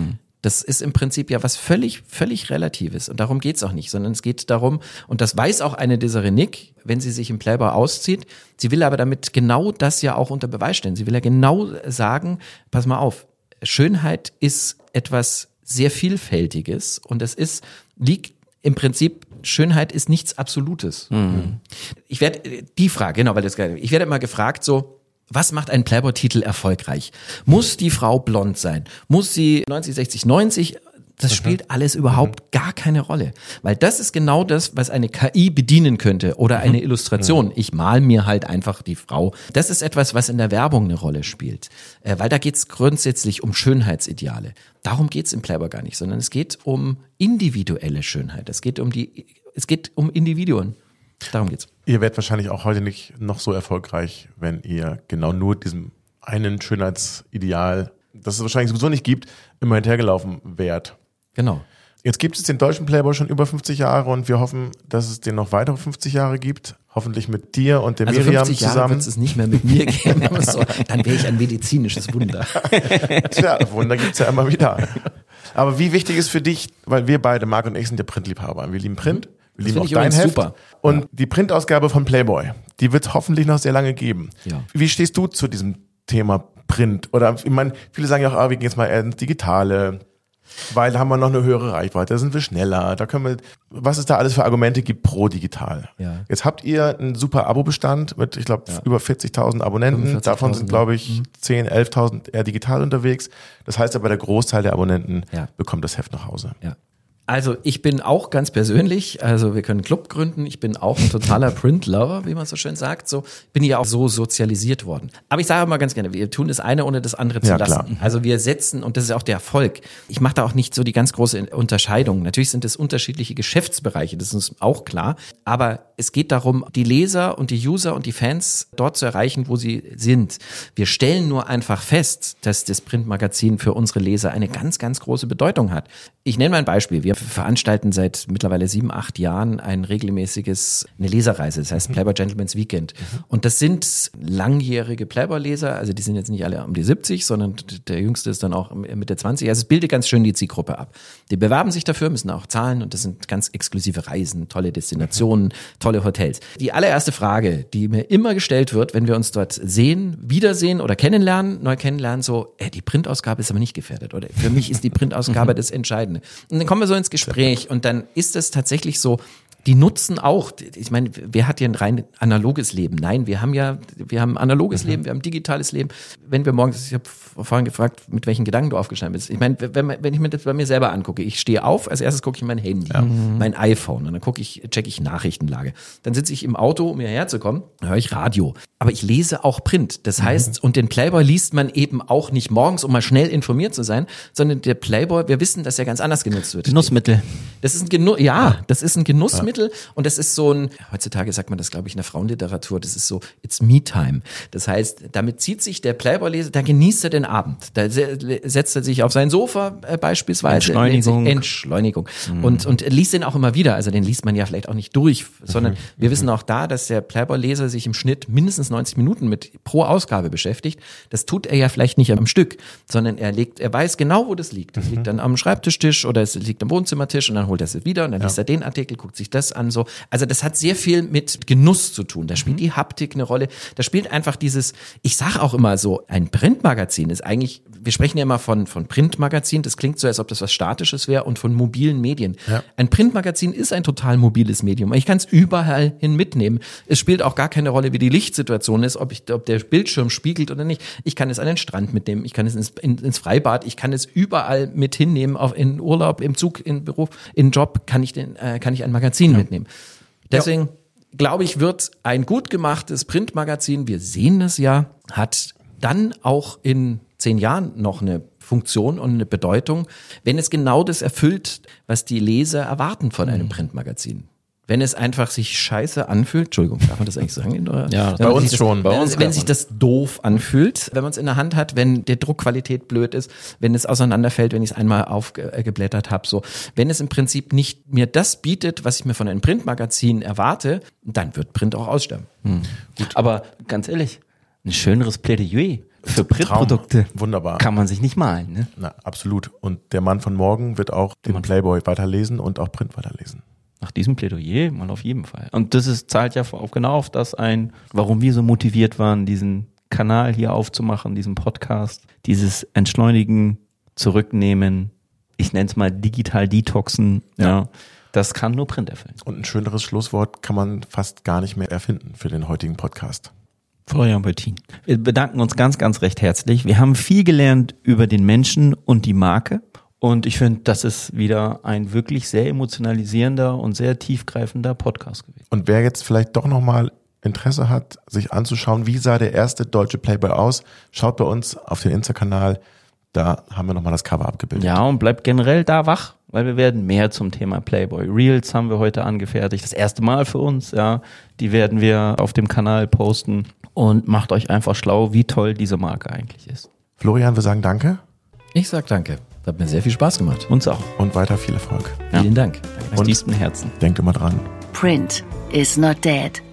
Das ist im Prinzip ja was völlig, völlig Relatives. Und darum geht's auch nicht, sondern es geht darum, und das weiß auch eine Desiree, wenn sie sich im Playboy auszieht, sie will aber damit genau das ja auch unter Beweis stellen. Sie will ja genau sagen, pass mal auf, Schönheit ist etwas sehr Vielfältiges und es ist, liegt im Prinzip, Schönheit ist nichts Absolutes. Mhm. Ich werde, die Frage, genau, weil das, ich werde immer gefragt so, was macht einen Playboy-Titel erfolgreich? Muss die Frau blond sein? Muss sie neunzig, sechzig, neunzig? Das spielt alles überhaupt gar keine Rolle. Weil das ist genau das, was eine K I bedienen könnte oder eine Illustration. Ich mal mir halt einfach die Frau. Das ist etwas, was in der Werbung eine Rolle spielt. Äh, weil da geht es grundsätzlich um Schönheitsideale. Darum geht es im Playboy gar nicht, sondern es geht um individuelle Schönheit. Es geht um die, es geht um Individuen. Darum geht's. Ihr werdet wahrscheinlich auch heute nicht noch so erfolgreich, wenn ihr genau nur diesem einen Schönheitsideal, das es wahrscheinlich sowieso nicht gibt, immer hinterhergelaufen wärt. Genau. Jetzt gibt es den deutschen Playboy schon über fünfzig Jahre und wir hoffen, dass es den noch weitere fünfzig Jahre gibt. Hoffentlich mit dir und dem also Miriam fünfzig Jahre zusammen. wird es nicht mehr mit mir geben. So, dann wäre ich ein medizinisches Wunder. Tja, Wunder gibt's ja immer wieder. Aber wie wichtig ist für dich, weil wir beide, Marc und ich, sind ja Printliebhaber. Wir lieben Print, wir lieben auch dein Heft. Super. Und ja. die Printausgabe von Playboy, die wird es hoffentlich noch sehr lange geben. Ja. Wie stehst du zu diesem Thema Print? Oder ich meine, viele sagen ja auch, ah, wir gehen jetzt mal eher ins Digitale, weil da haben wir noch eine höhere Reichweite, da sind wir schneller, da können wir, was es da alles für Argumente gibt pro digital. Ja. Jetzt habt ihr einen super Abo-Bestand mit, ich glaube, Ja. über vierzigtausend Abonnenten, davon sind, glaube ich, Mhm. zehn, elftausend eher digital unterwegs. Das heißt aber, der Großteil der Abonnenten Ja. bekommt das Heft nach Hause. Ja. Also ich bin auch ganz persönlich, also wir können einen Club gründen, ich bin auch ein totaler Print-Lover, wie man so schön sagt, so bin ja auch so sozialisiert worden. Aber ich sage mal ganz gerne, wir tun das eine, ohne das andere zu Ja, lassen. klar. Also wir setzen, und das ist auch der Erfolg, ich mache da auch nicht so die ganz große Unterscheidung. Natürlich sind es unterschiedliche Geschäftsbereiche, das ist uns auch klar, aber es geht darum, die Leser und die User und die Fans dort zu erreichen, wo sie sind. Wir stellen nur einfach fest, dass das Printmagazin für unsere Leser eine ganz, ganz große Bedeutung hat. Ich nenne mal ein Beispiel. Wir veranstalten seit mittlerweile sieben, acht Jahren ein regelmäßiges, eine Leserreise, das heißt Playboy Gentleman's Weekend. Und das sind langjährige Playboy-Leser, also die sind jetzt nicht alle um die siebzig, sondern der Jüngste ist dann auch Mitte zwanzig. Also es bildet ganz schön die Zielgruppe ab. Die bewerben sich dafür, müssen auch zahlen und das sind ganz exklusive Reisen, tolle Destinationen, tolle Hotels. Die allererste Frage, die mir immer gestellt wird, wenn wir uns dort sehen, wiedersehen oder kennenlernen, neu kennenlernen, so, ey, die Printausgabe ist aber nicht gefährdet, oder? Für mich ist die Printausgabe das Entscheidende. Und dann kommen wir so ins Gespräch und dann ist es tatsächlich so, die nutzen auch, ich meine, wer hat ja ein rein analoges Leben? Nein, wir haben ja, wir haben ein analoges mhm. Leben, wir haben ein digitales Leben. Wenn wir morgens, ich habe vorhin gefragt, mit welchen Gedanken du aufgestanden bist. Ich meine, wenn, wenn ich mir das bei mir selber angucke, ich stehe auf, als erstes gucke ich mein Handy, ja. mein iPhone und dann gucke ich, checke ich Nachrichtenlage. Dann sitze ich im Auto, um hierher zu kommen, dann höre ich Radio. Aber ich lese auch Print. Das heißt, mhm. und den Playboy liest man eben auch nicht morgens, um mal schnell informiert zu sein, sondern der Playboy, wir wissen, dass er ganz anders genutzt wird. Genussmittel. Das ist ein Genuss, ja, das ist ein Genussmittel. Und das ist so ein, heutzutage sagt man das, glaube ich, in der Frauenliteratur, das ist so, it's me-time. Das heißt, damit zieht sich der Playboy-Leser, da genießt er den Abend. Da setzt er sich auf sein Sofa äh, beispielsweise. Entschleunigung. Entschleunigung. Mhm. Und, und liest den auch immer wieder. Also den liest man ja vielleicht auch nicht durch, sondern mhm. wir wissen auch da, dass der Playboy-Leser sich im Schnitt mindestens neunzig Minuten mit pro Ausgabe beschäftigt. Das tut er ja vielleicht nicht am Stück, sondern er legt, er weiß genau, wo das liegt. Das mhm. liegt dann am Schreibtischtisch oder es liegt am Wohnzimmertisch und dann holt er es wieder und dann ja. liest er den Artikel, guckt sich das an, so. Also das hat sehr viel mit Genuss zu tun. Da spielt die Haptik eine Rolle. Da spielt einfach dieses, ich sage auch immer so, ein Printmagazin ist eigentlich, wir sprechen ja immer von, von Printmagazin, das klingt so, als ob das was Statisches wäre und von mobilen Medien. Ja. Ein Printmagazin ist ein total mobiles Medium. Ich kann es überall hin mitnehmen. Es spielt auch gar keine Rolle, wie die Lichtsituation ist, ob, ich, ob der Bildschirm spiegelt oder nicht. Ich kann es an den Strand mitnehmen, ich kann es ins, in, ins Freibad, ich kann es überall mit hinnehmen, auf, in Urlaub, im Zug, in Beruf, in Job, kann ich, den, äh, kann ich ein Magazin ja. mitnehmen. Deswegen ja. glaube ich, wird ein gut gemachtes Printmagazin, wir sehen es ja, hat dann auch in zehn Jahren noch eine Funktion und eine Bedeutung, wenn es genau das erfüllt, was die Leser erwarten von einem Printmagazin. Wenn es einfach sich scheiße anfühlt, Entschuldigung, darf man das eigentlich sagen? Oder? Ja, bei uns das, schon. Bei uns wenn sich das doof anfühlt, wenn man es in der Hand hat, wenn die Druckqualität blöd ist, wenn es auseinanderfällt, wenn ich es einmal aufgeblättert habe, so. Wenn es im Prinzip nicht mir das bietet, was ich mir von einem Printmagazin erwarte, dann wird Print auch aussterben. Hm. Gut. Aber ganz ehrlich, ein schöneres Plädoyer Für Printprodukte Wunderbar. kann man sich nicht malen, ne? Na, absolut. Und der Mann von morgen wird auch den Playboy weiterlesen und auch Print weiterlesen. Nach diesem Plädoyer mal auf jeden Fall. Und das ist, zahlt ja auf, genau auf das ein, warum wir so motiviert waren, diesen Kanal hier aufzumachen, diesen Podcast, dieses Entschleunigen, Zurücknehmen, ich nenne es mal digital detoxen, ja. ja. Das kann nur Print erfüllen. Und ein schöneres Schlusswort kann man fast gar nicht mehr erfinden für den heutigen Podcast. Florian Beutin. Wir bedanken uns ganz, ganz recht herzlich. Wir haben viel gelernt über den Menschen und die Marke. Und ich finde, das ist wieder ein wirklich sehr emotionalisierender und sehr tiefgreifender Podcast gewesen. Und wer jetzt vielleicht doch nochmal Interesse hat, sich anzuschauen, wie sah der erste deutsche Playboy aus, schaut bei uns auf den Insta-Kanal. Da haben wir nochmal das Cover abgebildet. Ja, und bleibt generell da wach, weil wir werden mehr zum Thema Playboy. Reels haben wir heute angefertigt, das erste Mal für uns, ja. Die werden wir auf dem Kanal posten und macht euch einfach schlau, wie toll diese Marke eigentlich ist. Florian, wir sagen danke. Ich sag danke. Hat mir sehr viel Spaß gemacht. Uns auch. Und weiter viel Erfolg. Ja. Vielen Dank. Aus tiefstem Herzen. Denkt immer dran. Print is not dead.